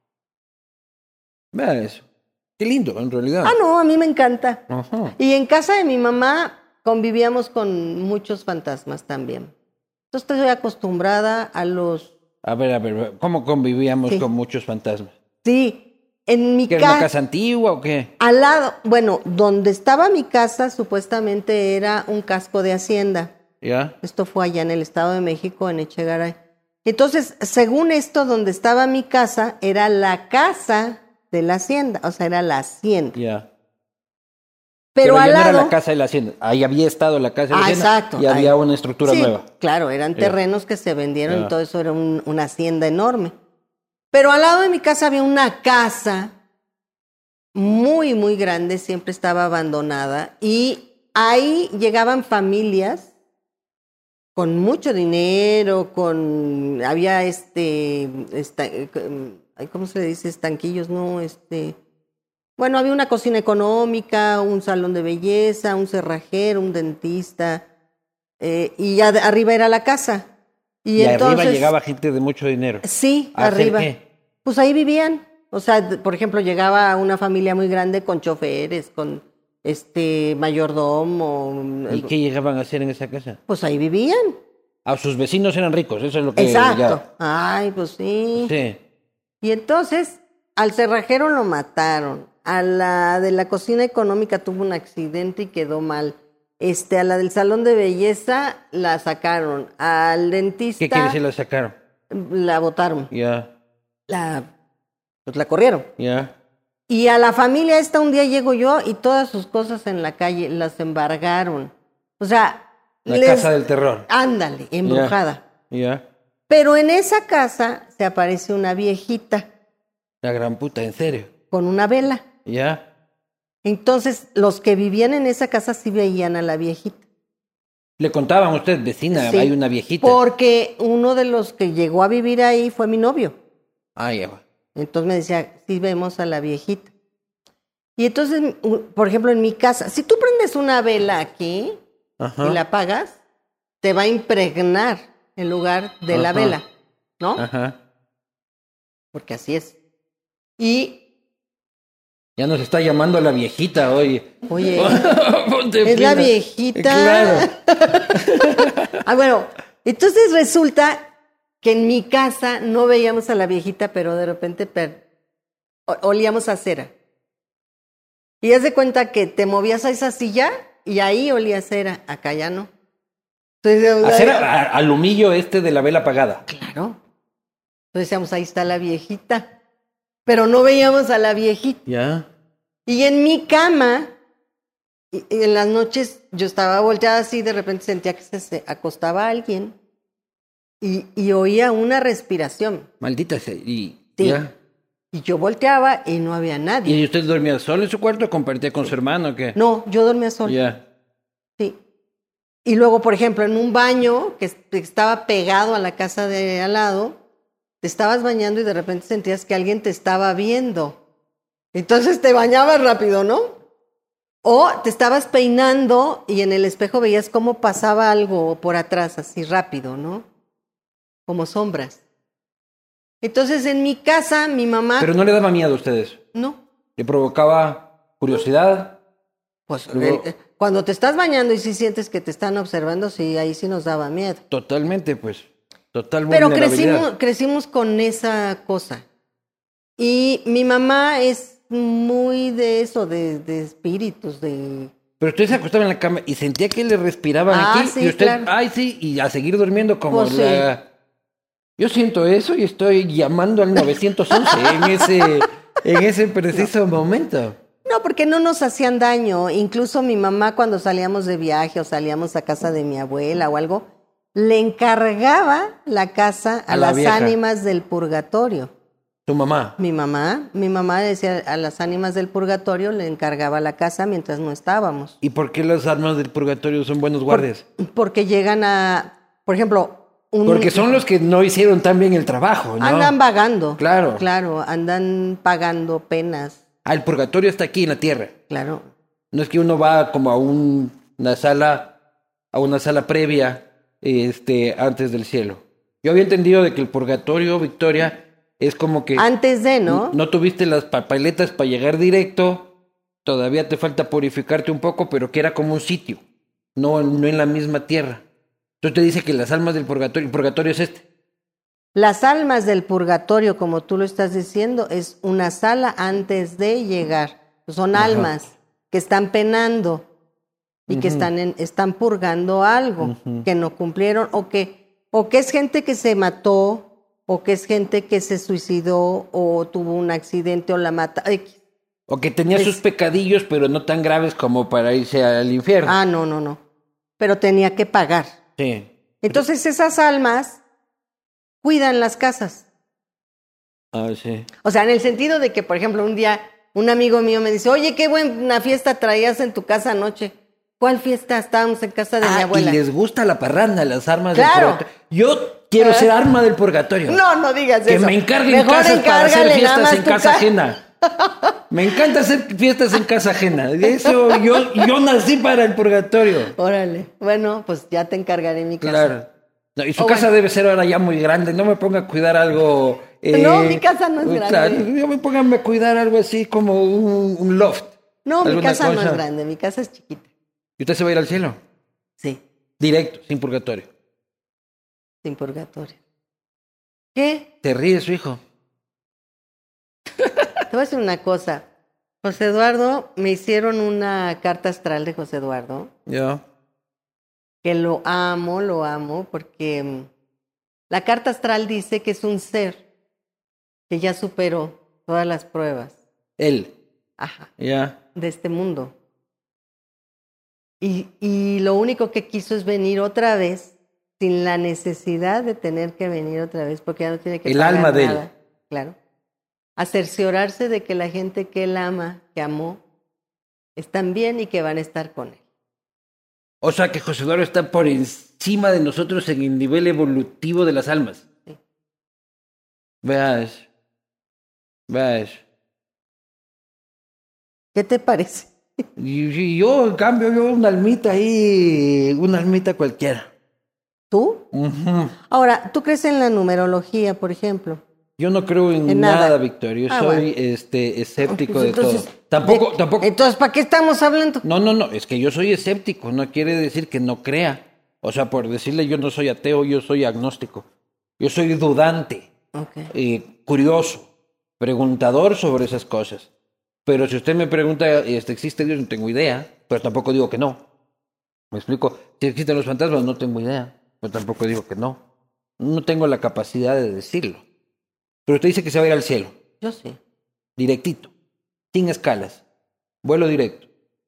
Vea eso. Qué lindo, en realidad. Ah, no, a mí me encanta. Ajá. Y en casa de mi mamá convivíamos con muchos fantasmas también. Entonces estoy acostumbrada a los... A ver, a ver, ¿cómo convivíamos Sí. con muchos fantasmas? Sí, en mi ¿Que era una casa... casa antigua o qué? Al lado, bueno, donde estaba mi casa supuestamente era un casco de hacienda. ¿Ya? Esto fue allá en el Estado de México, en Echegaray. Entonces, según esto, donde estaba mi casa, era la casa de la hacienda, o sea, era la hacienda. Ya. Pero, ya al no lado... era la casa de la hacienda. Ahí había estado la casa de la Ah, hacienda. exacto. Y había Ahí. una estructura Sí, nueva. claro, eran Ya. terrenos que se vendieron Ya. y todo eso era un- una hacienda enorme. Pero al lado de mi casa había una casa muy, muy grande, siempre estaba abandonada, y ahí llegaban familias con mucho dinero, con había este, esta- ay, ¿cómo se le dice? Estanquillos, no, este, bueno, había una cocina económica, un salón de belleza, un cerrajero, un dentista, eh, y ya de- arriba era la casa. Y, Y, entonces, arriba llegaba gente de mucho dinero. sí, ¿A hacer arriba. qué? Pues ahí vivían. O sea, d- por ejemplo, llegaba una familia muy grande con choferes, con este mayordomo. ¿Y qué llegaban a hacer en esa casa? Pues ahí vivían. Ah, sus vecinos eran ricos, eso es lo que... Exacto. ya- Ay, pues sí. Sí. Y entonces, al cerrajero lo mataron. A la de la cocina económica tuvo un accidente y quedó mal. Este, a la del salón de belleza la sacaron. Al dentista ¿Qué quiere decir la sacaron? la botaron. Ya, La, pues la corrieron. ya. Y a la familia esta un día llego yo y todas sus cosas en la calle las embargaron. O sea, La les- casa del terror. Ándale, embrujada. Ya. Ya. Pero en esa casa se aparece una viejita La gran puta, en serio. con una vela. Ya. Entonces, los que vivían en esa casa sí veían a la viejita. Le contaban a usted, vecina, Sí, hay una viejita. Porque uno de los que llegó a vivir ahí fue mi novio. Ah, ya va. Entonces me decía, sí vemos a la viejita. Y entonces, u- por ejemplo, en mi casa, si tú prendes una vela aquí Ajá. y la apagas, te va a impregnar el lugar de la Ajá. vela, ¿no? Ajá. Porque así es. Y, Ya nos está llamando la viejita, oye. oye, Ponte es la pilas. viejita. Claro. Ah, bueno, entonces resulta que en mi casa no veíamos a la viejita, pero de repente per- o- olíamos a cera. Y haz de cuenta que te movías a esa silla y ahí olía a cera, acá ya no. Entonces, decíamos, Hacer "Ay". a- al humillo este de la vela apagada. Claro. Entonces decíamos, ahí está la viejita. Pero no veíamos a la viejita. Ya. Y en mi cama, y- y en las noches yo estaba volteada así, de repente sentía que se, se acostaba alguien y, y oía una respiración. Maldita sea. Y, Sí. ya. Y yo volteaba y no había nadie. ¿Y usted dormía solo en su cuarto o compartía con su hermano o qué? No, yo dormía sola. Ya. Sí. Y luego, por ejemplo, en un baño que est- estaba pegado a la casa de al lado, te estabas bañando y de repente sentías que alguien te estaba viendo. Entonces te bañabas rápido, ¿no? O te estabas peinando y en el espejo veías cómo pasaba algo por atrás, así rápido, ¿no? Como sombras. Entonces en mi casa, mi mamá... Pero no le daba miedo a ustedes. No, Le provocaba curiosidad. pues Luego- el- eh, cuando te estás bañando y sí sientes que te están observando, sí, ahí sí nos daba miedo. Totalmente, pues. Total Pero vulnerabilidad. crecimos, crecimos con esa cosa. Y mi mamá es muy de eso, de, de espíritus, de... Pero usted se acostaba en la cama y sentía que le respiraban Ah, aquí. sí, y usted, claro. ay, sí, y a seguir durmiendo como Pues la... Yo siento eso y estoy llamando al nueve once en ese, en ese preciso momento. No, porque no nos hacían daño. Incluso mi mamá cuando salíamos de viaje o salíamos a casa de mi abuela o algo, le encargaba la casa a, A la las vieja. ánimas del purgatorio. Tu mamá. Mi mamá, mi mamá decía a las ánimas del purgatorio, le encargaba la casa mientras no estábamos. ¿Y por qué las armas del purgatorio son buenos guardias? Porque llegan a, por ejemplo, un, Porque son los que no hicieron tan bien el trabajo, ¿no? andan vagando. Claro. Claro, andan pagando penas. Ah, el purgatorio está aquí en la tierra. Claro. No es que uno va como a un- una sala, a una sala previa, este, antes del cielo. Yo había entendido de que el purgatorio, Victoria, es como que Antes de, ¿no? no tuviste las papeletas para llegar directo, todavía te falta purificarte un poco, pero que era como un sitio, no, no en la misma tierra. Entonces te dice que las almas del purgatorio, el purgatorio es este. Las almas del purgatorio, como tú lo estás diciendo, es una sala antes de llegar. Son Ajá. almas que están penando y que están, en, están purgando algo que no cumplieron o que, o que es gente que se mató o que es gente que se suicidó o tuvo un accidente o la mata. X. O que tenía Es- sus pecadillos, pero no tan graves como para irse al infierno. Ah, no, no, no. Pero tenía que pagar. Sí. Entonces esas almas cuidan las casas. Ah, sí. O sea, en el sentido de que, por ejemplo, un día un amigo mío me dice, oye, qué buena fiesta traías en tu casa anoche. ¿Cuál fiesta? Estábamos en casa de Ah, mi abuela. y les gusta la parranda, las armas Claro. del purgatorio. Yo quiero Ah. ser arma del purgatorio. No, no digas Que eso. me encarguen Mejor casas para hacer encárgale nada fiestas más en tu casa ca- ajena. Me encanta hacer fiestas en casa ajena. De eso yo, yo nací para el purgatorio. Órale. Bueno, pues ya te encargaré mi casa. Claro. No, y su Oh, casa bueno. debe ser ahora ya muy grande. No me ponga a cuidar algo. eh, No, mi casa no es grande. Claro, yo me ponga a cuidar algo así como un, un loft. No, mi alguna casa no cosa. es grande, mi casa es chiquita. ¿Y usted se va a ir al cielo? Sí, Directo, sin purgatorio. sin purgatorio. ¿Qué? ¿Te ríe su hijo? Te voy a decir una cosa. José Eduardo, me hicieron una carta astral de José Eduardo, Yo. que lo amo, lo amo, porque mm, la carta astral dice que es un ser que ya superó todas las pruebas. Él. Ajá. Ya. De este mundo. Y, y lo único que quiso es venir otra vez, sin la necesidad de tener que venir otra vez, porque ya no tiene que El pagar alma de nada. él. Claro. A cerciorarse de que la gente que él ama, que amó, están bien y que van a estar con él. O sea que José Eduardo está por encima de nosotros en el nivel evolutivo de las almas. Sí. Veas. Veas. ¿Qué te parece? Y, y yo, en cambio, yo una almita ahí, una almita cualquiera. ¿Tú? Ujú. Ahora, ¿tú crees en la numerología, por ejemplo? Yo no creo en, En nada, nada. Victoria. Yo Ah, soy bueno. este escéptico Pues de entonces, todo. Tampoco, de- tampoco. Entonces, ¿para qué estamos hablando? No, no, no. Es que yo soy escéptico. No quiere decir que no crea. O sea, por decirle yo no soy ateo, yo soy agnóstico. Yo soy dudante, Okay. eh, curioso, preguntador sobre esas cosas. Pero si usted me pregunta, este, ¿existe Dios? No tengo idea, pero tampoco digo que no. ¿Me explico? Si existen los fantasmas, no tengo idea, pero tampoco digo que no. No tengo la capacidad de decirlo. Pero usted dice que se va a ir al cielo, Yo sí. directito, sin escalas, vuelo directo.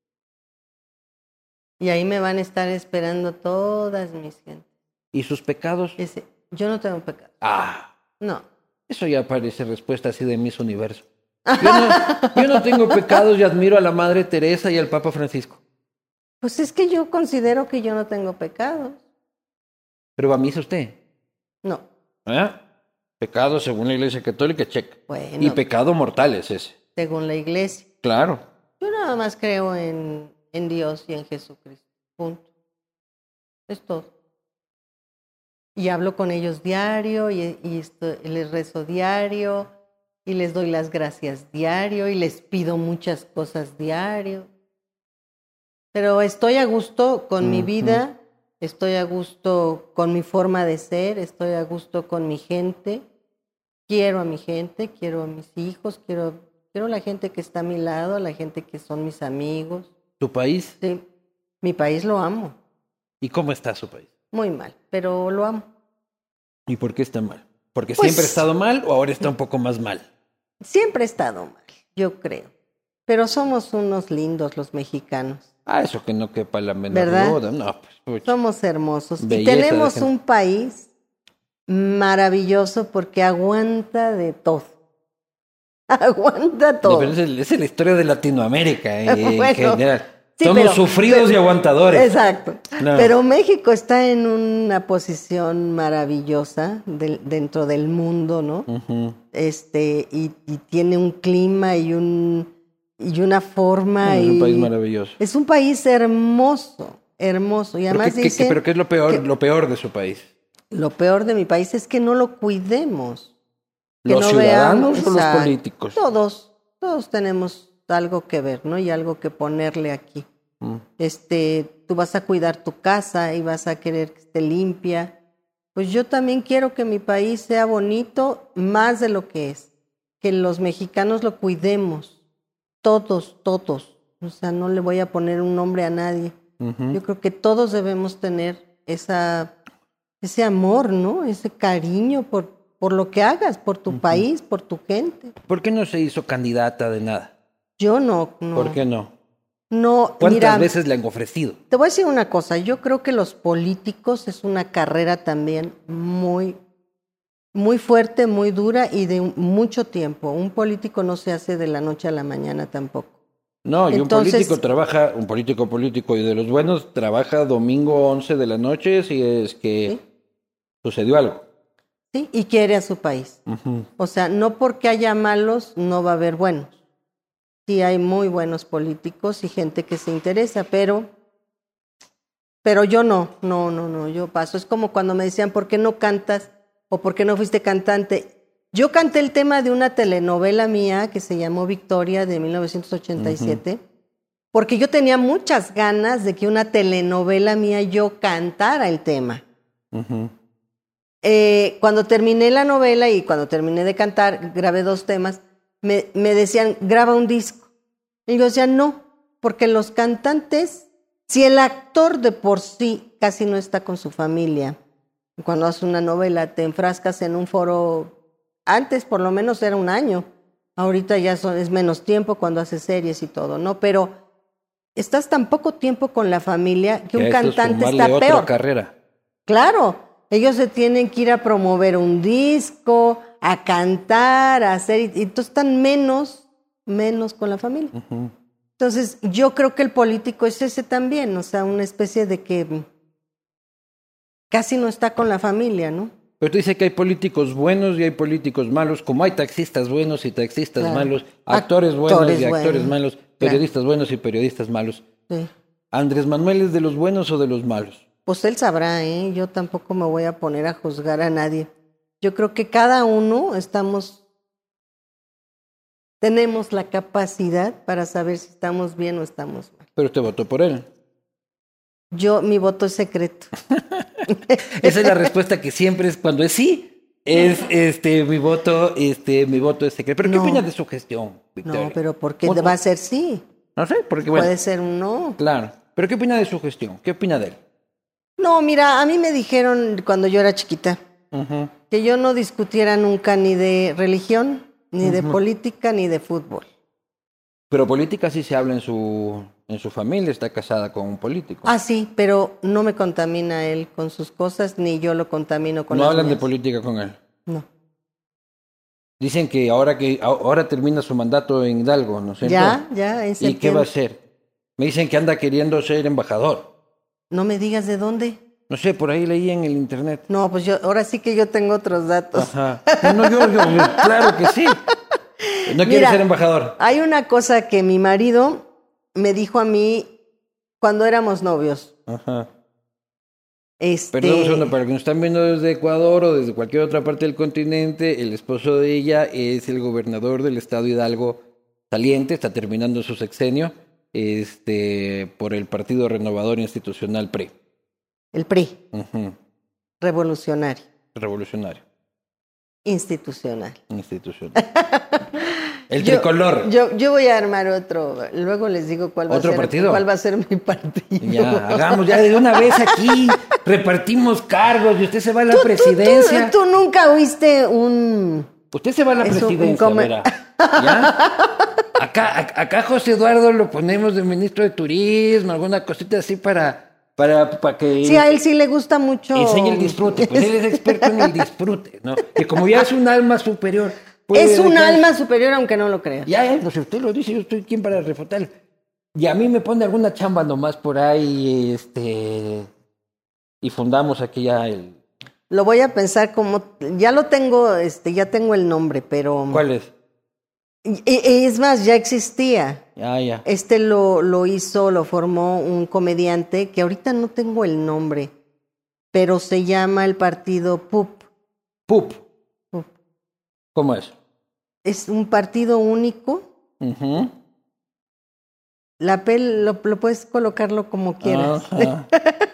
Y ahí me van a estar esperando todas mis gentes. ¿Y sus pecados? Ese, yo no tengo pecado. Ah, No. eso ya parece respuesta así de Miss Universo. Yo no, yo no tengo pecados y admiro a la Madre Teresa y al Papa Francisco. Pues es que yo considero que yo no tengo pecados. Pero va a misa usted. No. ¿Eh? Pecado según la Iglesia Católica, check. Bueno, Y pecado mortal es ese. según la iglesia. Claro. Yo nada más creo en, en Dios y en Jesucristo. Punto. Es todo. Y hablo con ellos diario y, y esto- y les rezo diario y les doy las gracias diario y les pido muchas cosas diario. Pero estoy a gusto con mi Ujú. vida, estoy a gusto con mi forma de ser, estoy a gusto con mi gente. Quiero a mi gente, quiero a mis hijos, quiero, quiero a la gente que está a mi lado, a la gente que son mis amigos. ¿Tu país? Sí, mi país lo amo, ¿Y cómo está su país? muy mal, pero lo amo. ¿Y por qué está mal? ¿Porque Pues- siempre ha estado mal o ahora está un poco más mal? Siempre he estado mal, yo creo. Pero somos unos lindos los mexicanos. Ah, eso que no quepa la menor ¿Verdad? duda. No, pues, pucha. Somos hermosos. Y Belleza tenemos de gente. un país maravilloso porque aguanta de todo. Aguanta No, todo. pero esa es, esa es la historia de Latinoamérica eh, en Bueno, general. sí, Somos pero- sufridos pero- y aguantadores. Exacto. No. Pero México está en una posición maravillosa del- dentro del mundo, ¿no? Ujú. Este, y, y tiene un clima y un y una forma. Es un y- país maravilloso. Es un país hermoso, hermoso. Y ¿Pero además qué, qué- dicen pero qué es lo peor, que- lo peor de su país? lo peor de mi país es que no lo cuidemos. Que ¿Los no ciudadanos veamos- o los Exacto. políticos? Todos, todos tenemos algo que ver, ¿no? Y algo que ponerle aquí. Mm. Este, tú vas a cuidar tu casa y vas a querer que esté limpia. Pues yo también quiero que mi país sea bonito más de lo que es. Que los mexicanos lo cuidemos. Todos, todos. O sea, no le voy a poner un nombre a nadie. Ujú. Yo creo que todos debemos tener esa, ese amor, ¿no? Ese cariño por, por lo que hagas, por tu país, por tu gente. ¿Por qué no se hizo candidata de nada? Yo no, no. ¿Por qué no? No, ¿Cuántas mira, veces le han ofrecido? te voy a decir una cosa. Yo creo que los políticos es una carrera también muy, muy fuerte, muy dura y de mucho tiempo. Un político no se hace de la noche a la mañana tampoco. No, y un Entonces- político trabaja, un político político y de los buenos trabaja domingo once de la noche si es que ¿Sí? sucedió algo. ¿Sí? Y quiere a su país. Ujú. O sea, no porque haya malos, no va a haber buenos. Sí hay muy buenos políticos y gente que se interesa, pero, pero yo no, no, no, no, yo paso. Es como cuando me decían, ¿por qué no cantas? ¿O por qué no fuiste cantante? Yo canté el tema de una telenovela mía que se llamó Victoria de mil novecientos ochenta y siete, porque yo tenía muchas ganas de que una telenovela mía yo cantara el tema. Ujú. Eh, cuando terminé la novela y cuando terminé de cantar, grabé dos temas, me, me decían, graba un disco. Y yo decía, no, porque los cantantes, si el actor de por sí casi no está con su familia, cuando haces una novela te enfrascas en un foro, antes por lo menos era un año, ahorita ya son, es menos tiempo cuando haces series y todo, ¿no? Pero estás tan poco tiempo con la familia que, que un cantante está otra peor. Carrera. Claro, ellos se tienen que ir a promover un disco, a cantar, a hacer, y entonces están menos, menos con la familia. Uh-huh. Entonces, yo creo que el político es ese también, o sea, una especie de que casi no está con la familia, ¿no? Pero tú dices que hay políticos buenos y hay políticos malos, como hay taxistas buenos y taxistas claro. malos, actores buenos actores y actores buenos. malos, periodistas claro. buenos y periodistas malos. Sí. ¿Andrés Manuel es de los buenos o de los malos? Pues él sabrá, ¿eh? Yo tampoco me voy a poner a juzgar a nadie. Yo creo que cada uno estamos, tenemos la capacidad para saber si estamos bien o estamos mal. Pero usted votó por él. Yo, mi voto es secreto. Esa es la respuesta que siempre es cuando es sí, es este mi voto, este mi voto es secreto. ¿Pero no. qué opinas de su gestión, Victoria? No, pero ¿por qué va a ser sí? No sé, porque bueno. Puede ser un no. Claro. ¿Pero qué opina de su gestión? ¿Qué opina de él? No, mira, a mí me dijeron cuando yo era chiquita uh-huh. que yo no discutiera nunca ni de religión, ni uh-huh. de política, ni de fútbol. Pero política sí se habla en su en su familia, está casada con un político. Ah, sí, pero no me contamina él con sus cosas, ni yo lo contamino con ¿No las hablan mías. de política con él? No. Dicen que ahora que ahora termina su mandato en Hidalgo, ¿no sé? Ya, ya, en ¿Y qué va a hacer? Me dicen que anda queriendo ser embajador. No me digas de dónde. No sé, por ahí leí en el internet. No, pues yo, ahora sí que yo tengo otros datos. Ajá. No, no yo, yo, yo, claro que sí. No quiere Mira, ser embajador. Hay una cosa que mi marido me dijo a mí cuando éramos novios. Ajá. Este... Perdón un segundo, para que nos están viendo desde Ecuador o desde cualquier otra parte del continente, el esposo de ella es el gobernador del estado Hidalgo saliente, está terminando su sexenio, este, por el Partido Renovador Institucional P R I. El P R I. Uh-huh. Revolucionario. Revolucionario. Institucional. Institucional. El tricolor. Yo, yo, yo voy a armar otro, luego les digo cuál va, ¿Otro a ser, partido? cuál va a ser mi partido. Ya, hagamos ya de una vez aquí, repartimos cargos y usted se va a la ¿Tú, presidencia. Tú, tú, tú nunca oíste un... Usted se va a la Eso, presidencia, come... verá. ¿Ya? Acá, a, acá José Eduardo lo ponemos de ministro de Turismo, alguna cosita así para... Para, para que sí, a él sí le gusta mucho. Enseñe el disfrute, pues él es experto en el disfrute, ¿no? Que como ya es un alma superior. Es un dejar... alma superior, aunque no lo crea. Ya, ya, pues si usted lo dice, yo estoy quien para refutar. Y a mí me pone alguna chamba nomás por ahí, este. Y fundamos aquí ya el. Lo voy a pensar como. Ya lo tengo, este, ya tengo el nombre, pero. ¿Cuál es? Y, y es más, ya existía. Ah, ya. Este lo, lo hizo, lo formó un comediante que ahorita no tengo el nombre, pero se llama el partido P U P. P U P. P U P. ¿Cómo es? Es un partido único. Uh-huh. La P lo, lo puedes colocarlo como quieras. Uh-huh.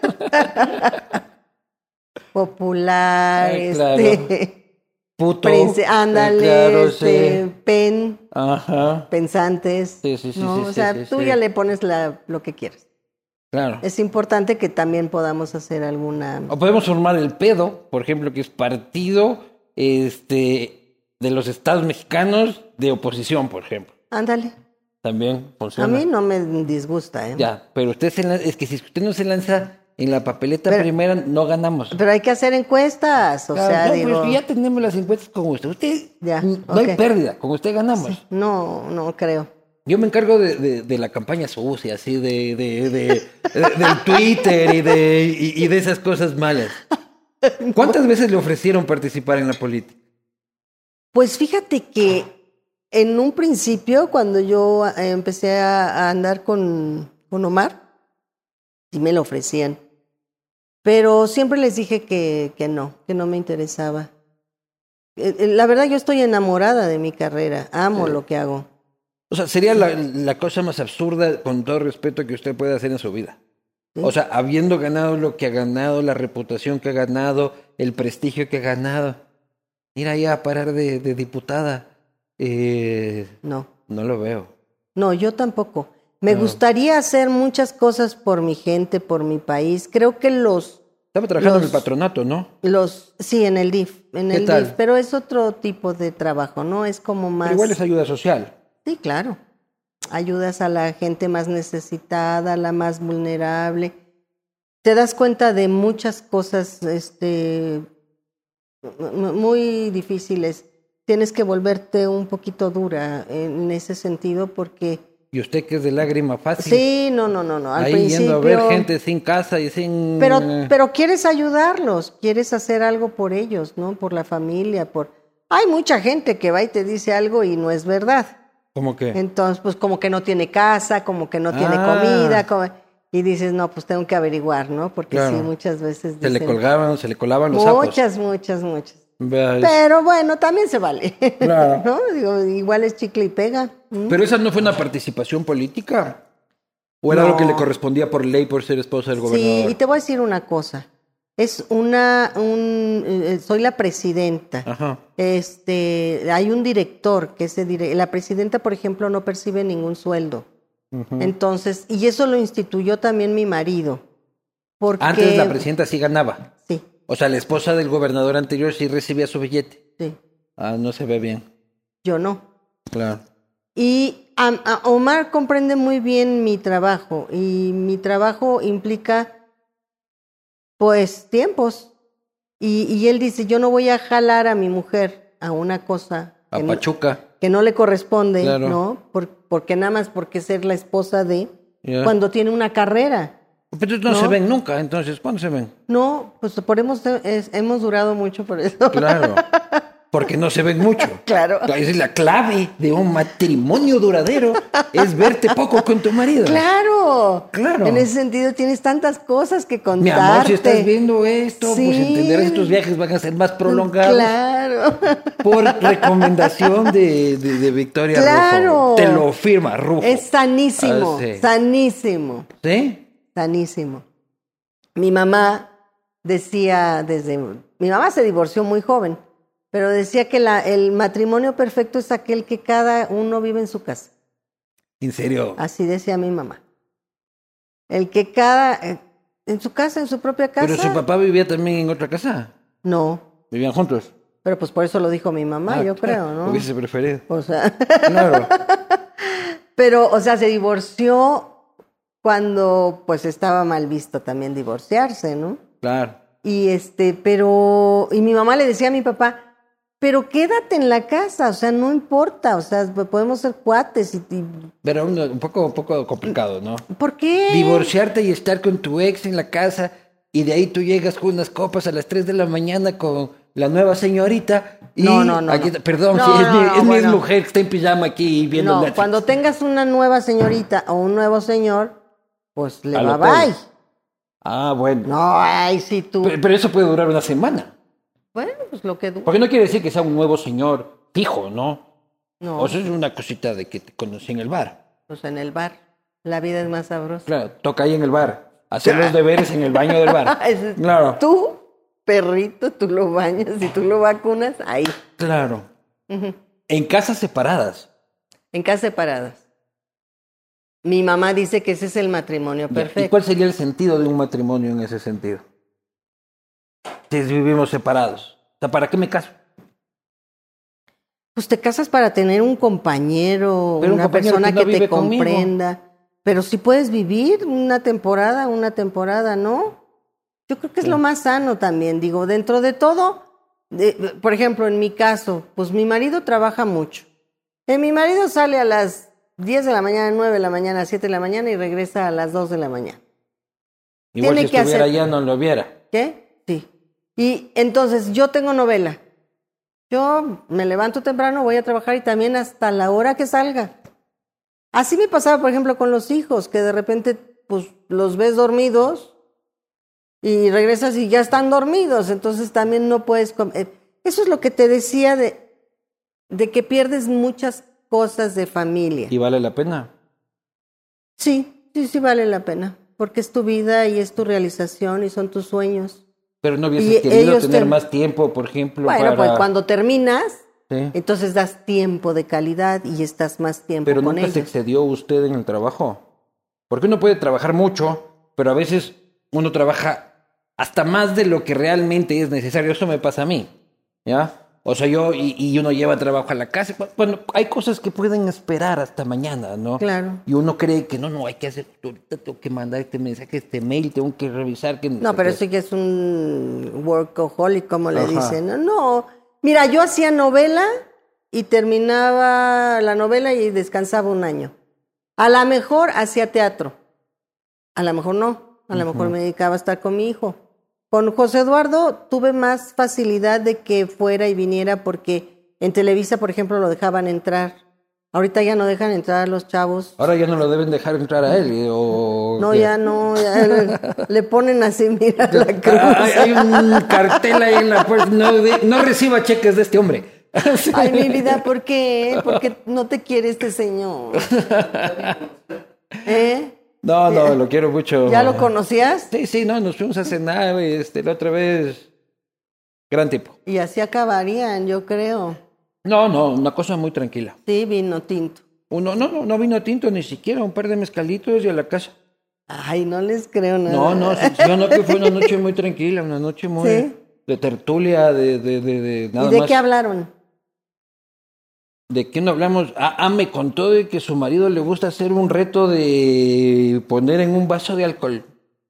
Popular, Ay, claro. este. Puto. Prince, ándale, eh, claro, este, sí. pen, Ajá. pensantes. Sí, sí, sí. ¿no? sí o sí, sea, sí, tú sí. ya le pones la, lo que quieras. Claro. Es importante que también podamos hacer alguna... O podemos formar el PEDO, por ejemplo, que es partido este, de los estados mexicanos de oposición, por ejemplo. Ándale. También funciona. A mí no me disgusta, ¿eh? Ya, pero usted se lanza, es que si usted no se lanza en la papeleta pero, primera, no ganamos. Pero hay que hacer encuestas, o claro, sea, no, digo... pues ya tenemos las encuestas con usted. Usted, ya, no okay. hay pérdida, con usted ganamos. Sí, no, no creo. Yo me encargo de, de, de la campaña sucia, así, de, de, de, de, del Twitter y de, y, y de esas cosas malas. ¿Cuántas veces le ofrecieron participar en la política? Pues fíjate que en un principio, cuando yo empecé a andar con, con Omar, sí me lo ofrecían. Pero siempre les dije que, que no, que no me interesaba. La verdad, yo estoy enamorada de mi carrera, amo sí. lo que hago. O sea, sería la, la cosa más absurda, con todo respeto, que usted puede hacer en su vida. ¿Sí? O sea, habiendo ganado lo que ha ganado, la reputación que ha ganado, el prestigio que ha ganado, ir ahí a parar de, de diputada, eh, no. No lo veo. No, yo tampoco. Me no. gustaría hacer muchas cosas por mi gente, por mi país. Creo que los... Estaba trabajando los, en el patronato, ¿no? Los, sí, en el D I F. En ¿Qué el tal? D I F, pero es otro tipo de trabajo, ¿no? Es como más... Pero igual es ayuda social. Sí, claro. ayudas a la gente más necesitada, a la más vulnerable. Te das cuenta de muchas cosas este, muy difíciles. Tienes que volverte un poquito dura en ese sentido porque... ¿Y usted que es de lágrima fácil? Sí, no, no, no, no. Al Ahí principio, yendo a ver gente sin casa y sin... Pero, pero quieres ayudarlos, quieres hacer algo por ellos, ¿no? Por la familia, por... Hay mucha gente que va y te dice algo y no es verdad. ¿Cómo que? Entonces, pues como que no tiene casa, como que no tiene Ah. comida, como... y dices, no, pues tengo que averiguar, ¿no? Porque Claro. sí, muchas veces Se le dicen- colgaban, se le colaban los sapos. Muchas, muchas, muchas. Vea, es- Pero bueno, también se vale. Claro. ¿No? Digo, igual es chicle y pega. ¿Mm? Pero esa no fue una participación política. ¿O era No. algo que le correspondía por ley por ser esposa del Sí, gobernador? y te voy a decir una cosa. Es una, un, eh, soy la presidenta. Ajá. Este, hay un director que ese dire- la presidenta, por ejemplo, no percibe ningún sueldo. Ujú. Entonces, y eso lo instituyó también mi marido. Porque, Antes la presidenta sí ganaba. Sí, O sea, la esposa del gobernador anterior sí recibía su billete. sí. Ah, no se ve bien. Yo no. Claro. Y a, a Omar comprende muy bien mi trabajo. Y mi trabajo implica, pues, tiempos. Y, y él dice, yo no voy a jalar a mi mujer a una cosa A que no, Pachuca. que no le corresponde, Claro. ¿no? Por- porque nada más porque ser la esposa de, Ya. cuando tiene una carrera. Pero no, ¿No? se ven nunca, entonces, ¿cuándo se ven? No, pues por hemos, es- hemos durado mucho por eso. Claro. Porque no se ven mucho. Claro. Esa es la clave de un matrimonio duradero, es verte poco con tu marido. Claro. Claro. En ese sentido tienes tantas cosas que contarte. Mi amor, si estás viendo esto, pues Sí. entenderás que tus viajes van a ser más prolongados. Claro. Por recomendación de, de, de Victoria Claro. Rufo. Te lo firma Rufo. Es sanísimo, Ah, sí. sanísimo, ¿Sí? sanísimo. Mi mamá decía desde... Mi mamá se divorció muy joven, pero decía que la, el matrimonio perfecto es aquel que cada uno vive en su casa. ¿En serio? Así decía mi mamá. El que cada... eh, en su casa, en su propia casa. Pero su papá vivía también en otra casa. No, Vivían juntos. pero pues por eso lo dijo mi mamá, Ah, yo claro, creo, ¿no? Hubiese preferido. O sea, Claro. pero, o sea, se divorció cuando pues estaba mal visto también divorciarse, ¿no? Claro. Y este, pero, y mi mamá le decía a mi papá, pero quédate en la casa, o sea, no importa, o sea, podemos ser cuates y, y Pero un, un poco, un poco complicado, ¿no? ¿por qué? Divorciarte y estar con tu ex en la casa y de ahí tú llegas con unas copas a las tres de la mañana con la nueva señorita y No, no, no, aquí- no. perdón, No, sí, es, mi, no, es mi bueno. mujer que está en pijama aquí viendo No, Netflix. cuando tengas una nueva señorita o un nuevo señor, pues le Al va hotel. bye. Ah, bueno. No, ay, sí tú. Pero, pero eso puede durar una semana. Bueno, pues lo que du- Porque no quiere decir que sea un nuevo señor fijo, ¿no? No, O sea, es una cosita de que te conocí en el bar. pues en el bar. La vida es más sabrosa. Claro, toca ahí en el bar. Hacer los deberes en el baño del bar. Ese es- Claro. Tú, perrito, tú lo bañas y tú lo vacunas ahí. Claro. Ujú. En casas separadas. En casas separadas. Mi mamá dice que ese es el matrimonio Ya, perfecto. ¿y cuál sería el sentido de un matrimonio en ese sentido? Si vivimos separados. O sea, ¿para qué me caso? Pues te casas para tener un compañero, Pero un una compañero persona que no que, te vive conmigo. comprenda. Pero si puedes vivir una temporada, una temporada, ¿no? Yo creo que es Sí. lo más sano también. Digo, dentro de todo, de- por ejemplo, en mi caso, pues mi marido trabaja mucho. Eh, mi marido sale a las diez de la mañana, nueve de la mañana, siete de la mañana y regresa a las dos de la mañana. Igual Tiene si que estuviera hacer- allá no lo viera. ¿Qué? Sí. Y entonces yo tengo novela. Yo me levanto temprano, voy a trabajar y también hasta la hora que salga. Así me pasaba, por ejemplo, con los hijos, que de repente pues los ves dormidos y regresas y ya están dormidos. Entonces también no puedes... com- eh, Eso es lo que te decía de, de que pierdes muchas cosas de familia. ¿Y vale la pena? Sí, sí, sí vale la pena. Porque es tu vida y es tu realización y son tus sueños. Pero no Y hubieses querido ellos tener te- más tiempo, por ejemplo, Bueno, para... pues cuando terminas, Sí. entonces das tiempo de calidad y estás más tiempo Pero con nunca se ellos. excedió usted en el trabajo. Porque uno puede trabajar mucho, pero a veces uno trabaja hasta más de lo que realmente es necesario. Eso me pasa a mí, ¿ya? O sea, yo, y, y uno lleva trabajo a la casa. Bueno, hay cosas que pueden esperar hasta mañana, ¿no? Claro. Y uno cree que no, no, hay que hacer, ahorita tengo que mandar este mensaje, este mail, tengo que revisar. Que no, pero eso ya es un workaholic, como le Ajá. dicen. No, no. Mira, yo hacía novela y terminaba la novela y descansaba un año. A lo mejor hacía teatro. A lo mejor no. A lo uh-huh. mejor me dedicaba a estar con mi hijo. Con José Eduardo tuve más facilidad de que fuera y viniera porque en Televisa, por ejemplo, lo dejaban entrar. Ahorita ya no dejan entrar a los chavos. Ahora ya no lo deben dejar entrar a él. ¿O no, qué? ya no. Ya le, le ponen así, mira, la cruz. Hay, hay un cartel ahí en la puerta. No, de, no reciba cheques de este hombre. Sí. Ay, mi vida, ¿por qué? Porque no te quiere este señor. ¿Eh? No, no, lo quiero mucho. ¿Ya lo conocías? Sí, sí, no, nos fuimos a cenar, este, la otra vez. Gran tipo. Y así acabarían, yo creo. No, no, una cosa muy tranquila. Sí, vino tinto. Uno, no, no, no vino tinto ni siquiera, un par de mezcalitos y a la casa. Ay, no les creo nada. No, no, yo no, que fue una noche muy tranquila, una noche muy ¿sí? de tertulia, de, de, de, de nada más. ¿Y de más. Qué hablaron? ¿De qué no hablamos? Ah, ah, me contó de que su marido le gusta hacer un reto de poner en un vaso de alcohol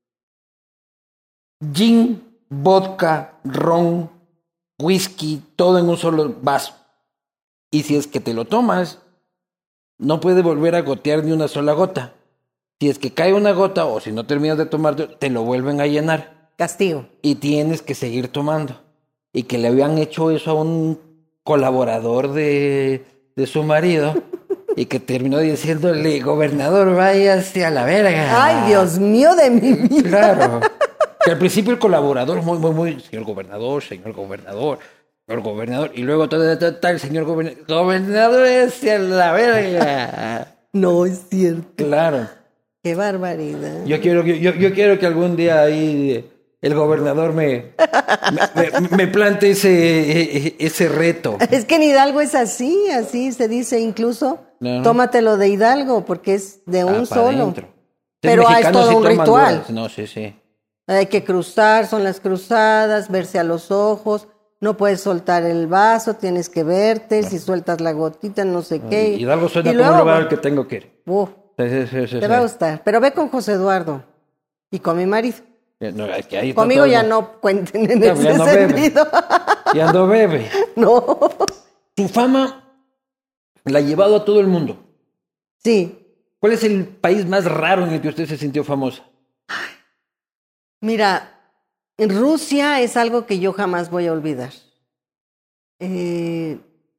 gin, vodka, ron, whisky, todo en un solo vaso. Y si es que te lo tomas, no puede volver a gotear ni una sola gota. Si es que cae una gota o si no terminas de tomar, te lo vuelven a llenar. Castigo. Y tienes que seguir tomando. Y que le habían hecho eso a un colaborador de, de su marido y que terminó diciéndole, gobernador, váyase a la verga. Ay, Dios mío de mi vida. Claro. Que al principio el colaborador muy, muy, muy, señor gobernador, señor gobernador, señor gobernador, y luego todo, todo, todo el señor gobernador, gobernador, váyase a la verga. No es cierto. Claro. Qué barbaridad. Yo quiero, yo, yo quiero que algún día ahí el gobernador me, me, me, me plante ese, ese reto. Es que en Hidalgo es así, así se dice incluso. No. Tómatelo de Hidalgo, porque es de un ah, solo. Adentro. Pero hay todo sí un ritual. Duras. No, sí, sí. Hay que cruzar, son las cruzadas, verse a los ojos. No puedes soltar el vaso, tienes que verte. No. Si sueltas la gotita, no sé qué. Hidalgo suena y como luego, un lugar al que tengo que ir. Uh, sí, sí, sí, sí, te sí. va a gustar. Pero ve con José Eduardo y con mi marido. No, es que ahí conmigo ya no cuenten en no, ese ya no sentido. Bebe. Ya no bebe. No. Tu fama la ha llevado a todo el mundo. Sí. ¿Cuál es el país más raro en el que usted se sintió famosa? Mira, Rusia es algo que yo jamás voy a olvidar. Eh,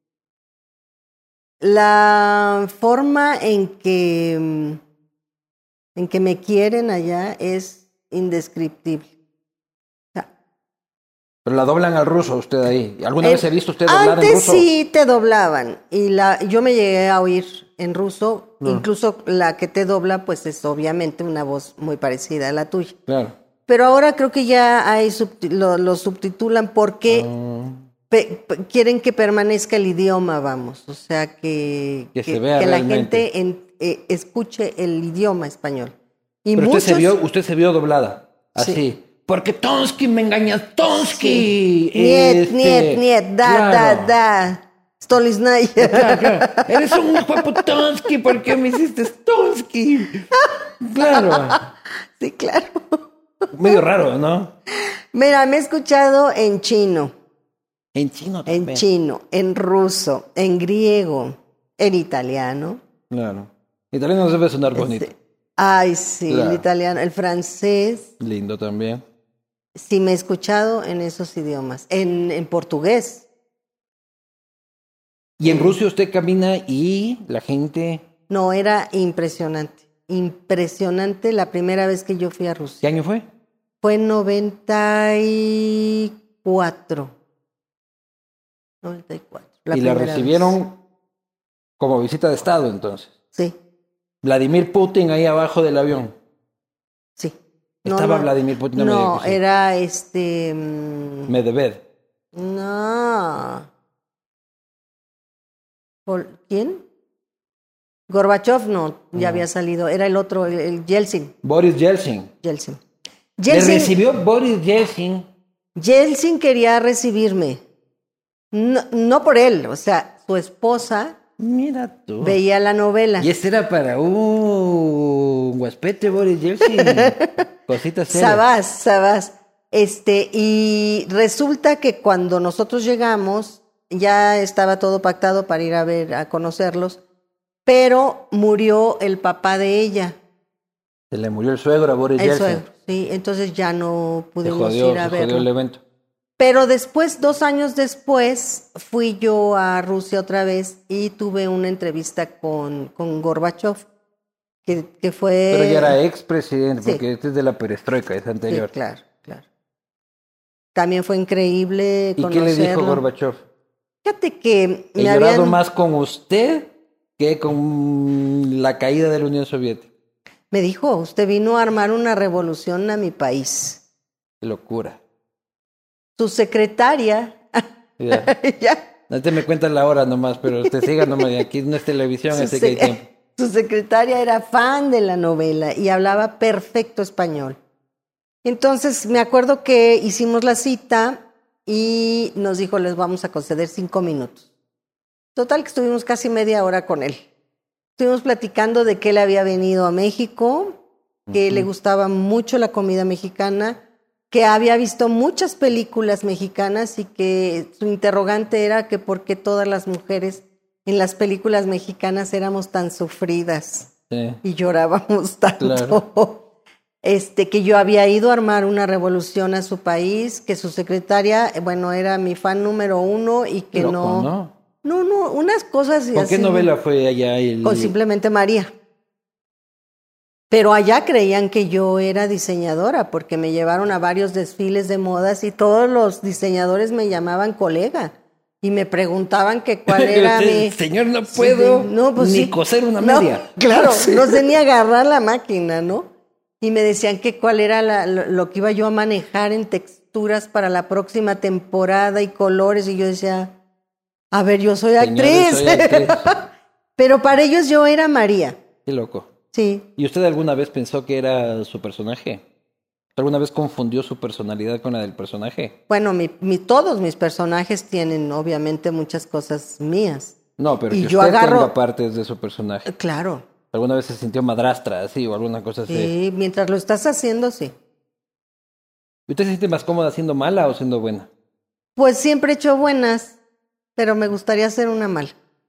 la forma en que, en que me quieren allá es indescriptible. O sea, pero la doblan al ruso usted ahí. ¿Alguna eh, vez he visto usted doblar antes en ruso? Sí te doblaban y la, yo me llegué a oír en ruso. No. Incluso la que te dobla pues es obviamente una voz muy parecida a la tuya. Claro. Pero ahora creo que ya hay subti- lo, lo subtitulan porque uh. pe- pe- quieren que permanezca el idioma, vamos. O sea, que, que, que, se vea que la realmente. gente en, eh, escuche el idioma español. Y Pero muchos... usted, se vio, usted se vio doblada, así. Sí. Porque Tonsky me engaña, Tonsky. Sí. Niet, este, niet, niet, da, claro. da, da. Stoliznaya. Claro, claro. Eres un guapo Tonsky, ¿por qué me hiciste Tonsky? Claro. Sí, claro. Medio raro, ¿no? Mira, me he escuchado en chino. En chino también. En chino, en ruso, en griego, en italiano. Claro. Italiano debe sonar bonito. Sí. Ay, sí, claro. El italiano, el francés. Lindo también. Sí, me he escuchado en esos idiomas. En, en portugués. Y en Rusia usted camina y la gente... No, era impresionante. Impresionante la primera vez que yo fui a Rusia. ¿Qué año fue? Fue en noventa y cuatro. noventa y cuatro. La y la recibieron vez. Como visita de Estado, entonces. Sí. Vladimir Putin ahí abajo del avión. Sí. ¿Estaba no, no, Vladimir Putin? No, me sí. era este... Um... Medvedev. No. ¿Quién? Gorbachev no, ya uh-huh. había salido. Era el otro, el, el Yeltsin. Boris Yeltsin. Yeltsin. Yeltsin. ¿Le recibió Boris Yeltsin? Yeltsin quería recibirme. No, no por él, o sea, su esposa Mira tú. veía la novela. Y ese era para un guaspete, Boris Yeltsin. Cositas serias. Sabás, sabás. Este, y resulta que cuando nosotros llegamos, ya estaba todo pactado para ir a ver, a conocerlos, pero murió el papá de ella. Se le murió el suegro a Boris El Yeltsin. suegro, sí, entonces ya no Se pudimos jodió, ir a se jodió el verlo. evento. Pero después, dos años después, fui yo a Rusia otra vez y tuve una entrevista con, con Gorbachev, que, que fue... Pero ya era expresidente, Sí. porque este es de la perestroika, es anterior. Sí, claro, claro. También fue increíble ¿Y qué conocerlo. le dijo Gorbachev? Fíjate que He me llorado habían... más con usted que con la caída de la Unión Soviética. Me dijo, usted vino a armar una revolución a mi país. Qué locura. Su secretaria... Ya. ya. No te me cuentas la hora nomás, pero usted siga nomás. Aquí no es televisión, Su, así que hay sec- tiempo. su secretaria era fan de la novela y hablaba perfecto español. Entonces me acuerdo que hicimos la cita y nos dijo, les vamos a conceder cinco minutos. Total que estuvimos casi media hora con él. Estuvimos platicando de que él había venido a México, que Ujú. le gustaba mucho la comida mexicana, que había visto muchas películas mexicanas y que su interrogante era que por qué todas las mujeres en las películas mexicanas éramos tan sufridas Sí. y llorábamos tanto. Claro. Este, que yo había ido a armar una revolución a su país, que su secretaria, eh, bueno, era mi fan número uno y que Loco, no, ¿no? no, no, unas cosas ¿Con así. qué novela fue allá? El... Con simplemente María. Pero allá creían que yo era diseñadora porque me llevaron a varios desfiles de modas y todos los diseñadores me llamaban colega y me preguntaban que cuál era mi... Señor, no puedo Sí, no, pues ni sí. coser una No, media. claro, Sí. no sé ni agarrar la máquina, ¿no? Y me decían que cuál era la- lo, lo que iba yo a manejar en texturas para la próxima temporada y colores. Y yo decía, a ver, yo soy Señores, actriz. soy actriz. Pero para ellos yo era María. Qué loco. Sí. ¿Y usted alguna vez pensó que era su personaje? ¿Alguna vez confundió su personalidad con la del personaje? Bueno, mi, mi- todos mis personajes tienen obviamente muchas cosas mías. No, pero Y que yo usted agarro- tenga partes de su personaje. Eh, Claro. ¿Alguna vez se sintió madrastra así o alguna cosa así? Sí, mientras lo estás haciendo, sí. ¿Y usted se siente más cómoda siendo mala o siendo buena? Pues siempre he hecho buenas, pero me gustaría hacer una mala.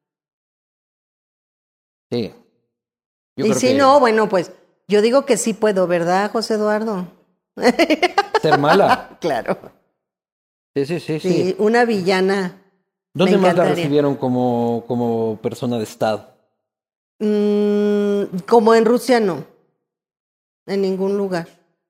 Sí. Yo y creo si que no, bueno, pues yo digo que sí puedo, ¿verdad, José Eduardo? ser mala. Claro. Sí, sí, sí, sí. Sí, una villana. ¿Dónde me más la encantaría. recibieron como, como persona de Estado? Mm, como en Rusia, no. En ningún lugar.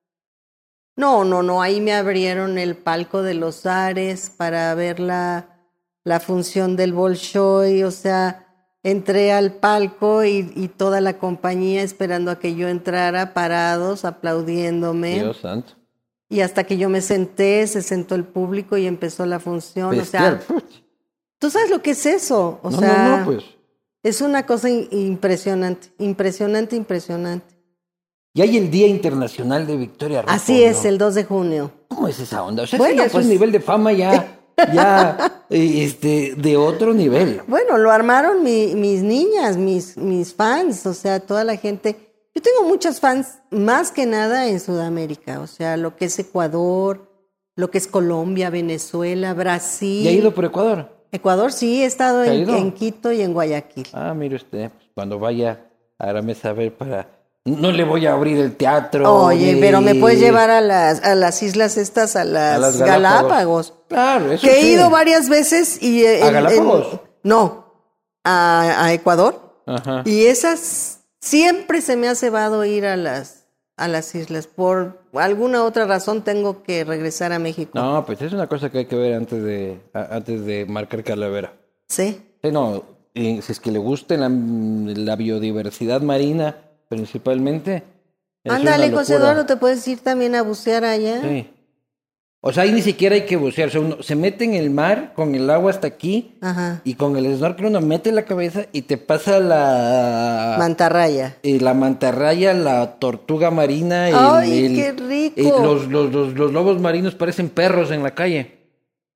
No, no, no. Ahí me abrieron el palco de los Zares para ver la, la función del Bolshoi. O sea, entré al palco y, y toda la compañía esperando a que yo entrara, parados, aplaudiéndome. Dios santo. Y hasta que yo me senté, se sentó el público y empezó la función. Bestial. O sea, ¿tú sabes lo que es eso? O no, sea, no, no, pues. es una cosa in- impresionante, impresionante, impresionante. Y hay el Día Internacional de Victoria Rojo. Así es, ¿no? el dos de junio. ¿Cómo es esa onda? O sea, Bueno, bueno, ya pues- es un nivel de fama ya, ya, eh, este, de otro nivel. Bueno, lo armaron mi- mis niñas, mis, mis fans, o sea, toda la gente. Yo tengo muchas fans, más que nada en Sudamérica, o sea, lo que es Ecuador, lo que es Colombia, Venezuela, Brasil. ¿Y ha ido por Ecuador? Ecuador sí, he estado ¿Ha en, ido? en Quito y en Guayaquil. Ah, mire usted, pues, cuando vaya, hágame saber para... No le voy a abrir el teatro. Oye, ni- pero me puedes llevar a las, a las islas estas, a las, a las Galápagos. Claro, eso Que he sí. ido varias veces y... eh, ¿A en- Galápagos? en- no, a, a Ecuador. Ajá. Y esas siempre se me ha cebado ir a las, a las islas. Por alguna otra razón tengo que regresar a México. No, pues es una cosa que hay que ver antes de, a- antes de marcar calavera. Sí. Sí, no, y si es que le guste la, la biodiversidad marina, principalmente. es Ándale, una José locura. Eduardo, te puedes ir también a bucear allá. Sí. O sea, ahí ni siquiera hay que bucear. O sea, uno se mete en el mar con el agua hasta aquí Ajá. y con el snorkel uno mete la cabeza y te pasa la... Mantarraya. eh, la mantarraya, la tortuga marina. El, ¡Ay, el- qué rico! eh, los, los, los, los lobos marinos parecen perros en la calle.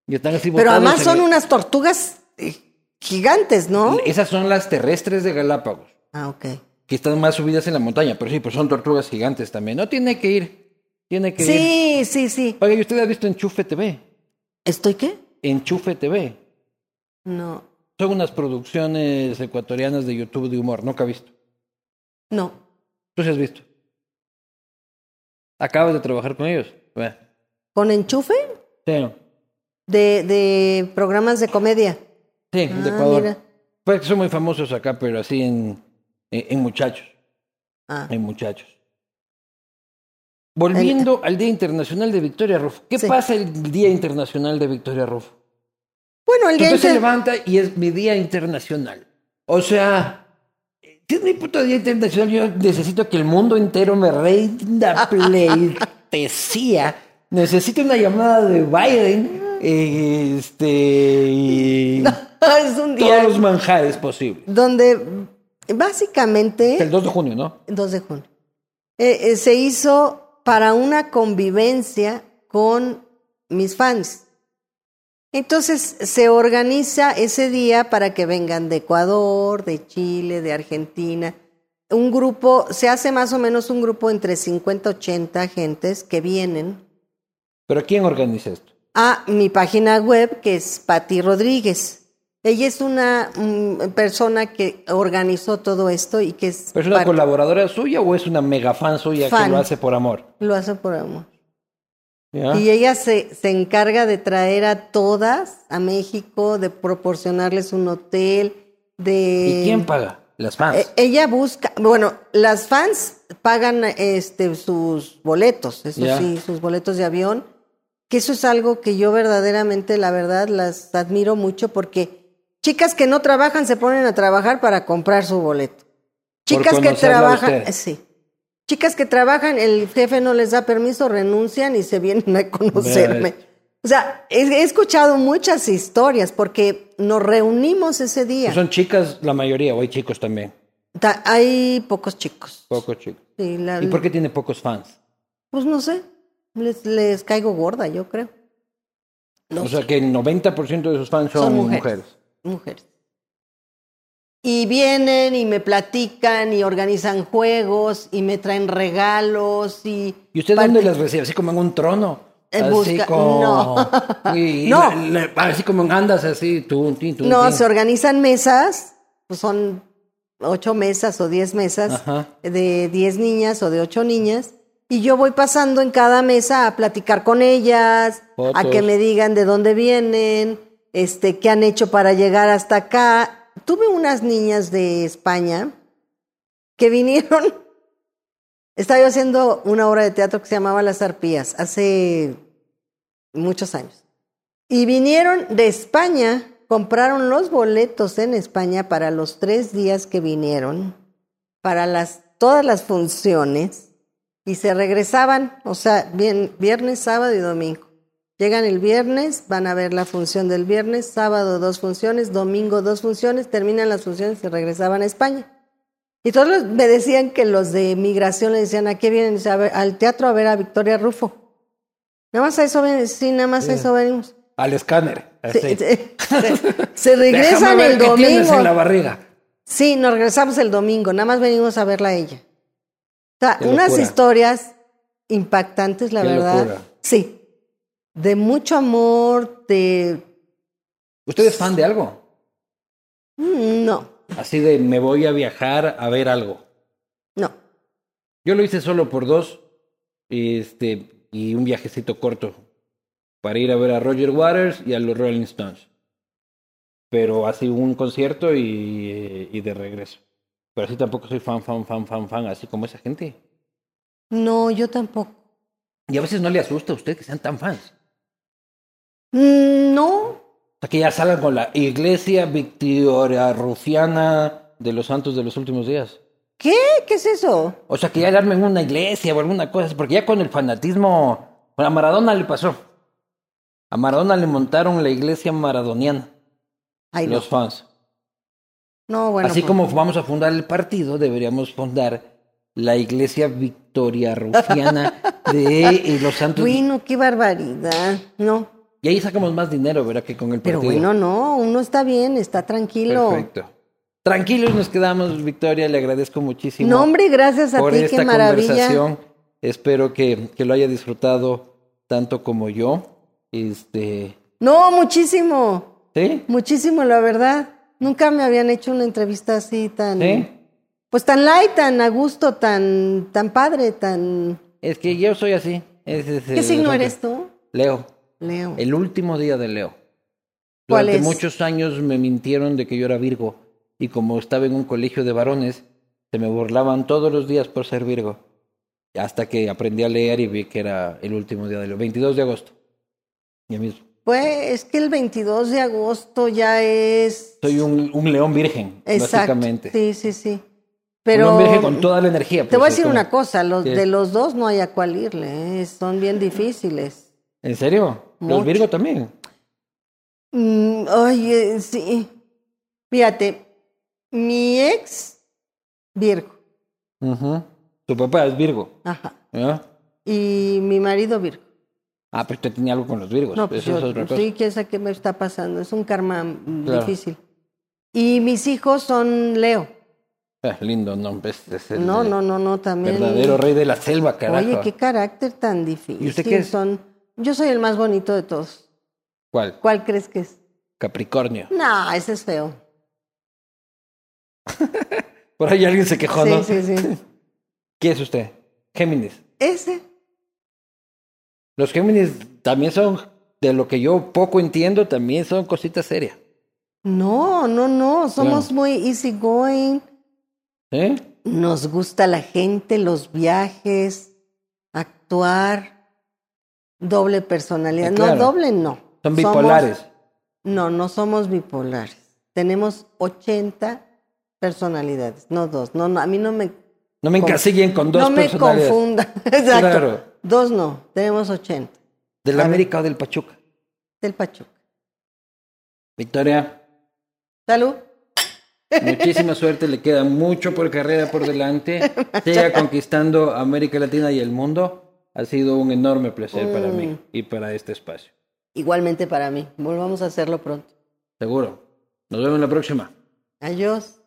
Y están así Pero botados además en son el- unas tortugas eh, gigantes, ¿no? Esas son las terrestres de Galápagos, Ah, ok. que están más subidas en la montaña, pero sí, pues son tortugas gigantes también. No tiene que ir, tiene que ir. Sí, sí, sí. Oiga, ¿y usted ha visto Enchufe T V? ¿Estoy qué? Enchufe T V. No, Son unas producciones ecuatorianas de YouTube de humor, nunca he visto. no. ¿Tú sí has visto? ¿Acabas de trabajar con ellos? Bueno, ¿Con enchufe? sí, De, de programas de comedia. sí, Ah, de Ecuador. mira. Pues que son muy famosos acá, pero así en, en, en muchachos, Ah, en muchachos. Volviendo al Día Internacional de Victoria Rufo. ¿Qué Sí. pasa el Día Internacional de Victoria Rufo? bueno, el día Entonces se inter- levanta y es mi Día Internacional. O sea, si es mi puto Día Internacional, yo necesito que el mundo entero me rinda pleitesía. Necesito una llamada de Biden. eh, Este. Y es un día todos los manjares posibles. donde básicamente, El dos de junio, ¿no? dos de junio, eh, eh, se hizo para una convivencia con mis fans. Entonces se organiza ese día para que vengan de Ecuador, de Chile, de Argentina. Un grupo, se hace más o menos un grupo entre cincuenta, ochenta gentes que vienen Pero ¿quién organiza esto? a mi página web, que es Pati Rodríguez. Ella es una mm, persona que organizó todo esto y que es ¿Pero es una parte- colaboradora suya o es una mega fan suya Fan. que lo hace por amor? lo hace por amor. ¿Ya? Y ella se, se encarga de traer a todas a México, de proporcionarles un hotel, de... ¿Y quién paga? Las fans. Eh, ella busca, bueno, las fans pagan este sus boletos, eso Ya. sí, sus boletos de avión, que eso es algo que yo verdaderamente, la verdad, las admiro mucho porque chicas que no trabajan se ponen a trabajar para comprar su boleto. Chicas que conocerla a trabajan, usted. sí. Chicas que trabajan, el jefe no les da permiso, renuncian y se vienen a conocerme. Vale. O sea, he, he escuchado muchas historias porque nos reunimos ese día. Pues son chicas la mayoría, o hay chicos también. Ta- Hay pocos chicos. Pocos chicos. Sí, la- ¿Y por qué tiene pocos fans? Pues no sé, les, les caigo gorda, yo creo. No o sé. sea que el noventa por ciento de sus fans son, Son mujeres. mujeres. Mujeres. Y vienen y me platican y organizan juegos y me traen regalos y... ¿Y usted parte- dónde las recibe? ¿Así como en un trono? En así busca- como... no. Y- y No. la- la- así como en andas, así, tú, tú, tú. No, se organizan mesas, pues son ocho mesas o diez mesas Ajá. de diez niñas o de ocho niñas. Y yo voy pasando en cada mesa a platicar con ellas, Fotos. a que me digan de dónde vienen, este, qué han hecho para llegar hasta acá. Tuve unas niñas de España que vinieron. Estaba yo haciendo una obra de teatro que se llamaba Las Arpías hace muchos años. Y vinieron de España, compraron los boletos en España para los tres días que vinieron, para las, todas las funciones, y se regresaban, o sea, bien, viernes, sábado y domingo. Llegan el viernes, van a ver la función del viernes, sábado dos funciones, domingo dos funciones, terminan las funciones y se regresaban a España. Y todos los- me decían que los de migración le decían, ¿a qué vienen? Dice, "A ver, al teatro a ver a Victoria Rufo. Nada más a eso ven, sí, nada más a eso venimos. Al escáner. Así. Se, se- se- se Déjame regresan ver el qué tienes domingo. en la barriga. Sí, nos regresamos el domingo, nada más venimos a verla a ella. O sea, Qué unas locura. historias impactantes, la Qué verdad. locura. Sí. De mucho amor, de... ¿Usted es fan de algo? Mm, No, Así de me voy a viajar a ver algo. no. Yo lo hice solo por dos, este, y un viajecito corto para ir a ver a Roger Waters y a los Rolling Stones. Pero así un concierto y, eh, y de regreso. Pero así tampoco soy fan, fan, fan, fan, fan, así como esa gente. No, yo tampoco. Y a veces no le asusta a usted que sean tan fans. Mm, No, O sea, que ya salgan con la iglesia victoria rufiana de los santos de los últimos días. ¿qué? ¿Qué es eso? O sea, que ya le armen una iglesia o alguna cosa, porque ya con el fanatismo, bueno, a Maradona le pasó. A Maradona le montaron la iglesia maradoniana, Ay, no. los fans. No, bueno. Así pues, como vamos a fundar el partido, deberíamos fundar la iglesia victoria rufiana de eh, los santos. Bueno, qué barbaridad. No. Y ahí sacamos más dinero, ¿verdad? Que con el Pero partido. bueno, no, uno está bien, está tranquilo. Perfecto. Tranquilos nos quedamos, Victoria. Le agradezco muchísimo. No, hombre, gracias a por ti, esta qué maravilla. conversación. Espero que, que lo haya disfrutado tanto como yo. Este, No, muchísimo. ¿sí? Muchísimo, la verdad. Nunca me habían hecho una entrevista así tan... ¿Sí? Pues tan light, tan a gusto, tan, tan padre, tan... Es que yo soy así. Ese es ¿Qué el- signo el- eres tú? Leo. Leo. El último día de Leo. ¿Cuál Durante es? muchos años me mintieron de que yo era Virgo. Y como estaba en un colegio de varones, se me burlaban todos los días por ser Virgo. Hasta que aprendí a leer y vi que era el último día de Leo. veintidós de agosto. Ya mismo. Pues es que el veintidós de agosto ya es... Soy un, un león virgen, Exacto. básicamente. Sí, sí, sí. Un Pero león virgen con toda la energía. te pues, voy a es decir como- una cosa, los, ¿Qué? de los dos no hay a cuál irle, ¿eh? Son bien difíciles. ¿En serio? ¿Los Mucho. Virgo también? Mm, ay, eh, sí. Fíjate, mi ex, Virgo, Ujú. Tu papá es Virgo. ajá, ¿Ya? y mi marido Virgo. Ah, pero usted tenía algo con los Virgos. No, pues Eso yo, es otra cosa. sí, quién sabe qué me está pasando, es un karma mm, Claro. difícil. Y mis hijos son Leo. Ah, lindo nombre. Es, es el No, de- no, no, no, también. Verdadero rey de la selva, carajo. Oye, qué carácter tan difícil. ¿Y usted qué es? Son... Yo soy el más bonito de todos. ¿Cuál? ¿Cuál crees que es? Capricornio. No, ese es feo. Por ahí alguien se quejó, Sí, ¿no? sí, sí. ¿Qué es usted? Géminis. Ese. Los Géminis también son, de lo que yo poco entiendo, también son cositas serias. No, no, no. Somos Claro. muy easygoing. ¿Eh? Nos gusta la gente, los viajes, actuar, doble personalidad. Eh, claro. No, doble no. Son Somos- bipolares. No, no somos bipolares. Tenemos ochenta personalidades, no dos. No, no, a mí no me... No me con- encasillen con dos No me personalidades. confunda. Exacto. Claro. Dos no, tenemos ochenta. ¿Del A ver. América o del Pachuca? Del Pachuca. Victoria, Salud. muchísima suerte. Le queda mucho por carrera por delante. Siga conquistando América Latina y el mundo. Ha sido un enorme placer para mí Mm. y para este espacio. Igualmente para mí. Volvamos a hacerlo pronto. Seguro. Nos vemos en la próxima. Adiós.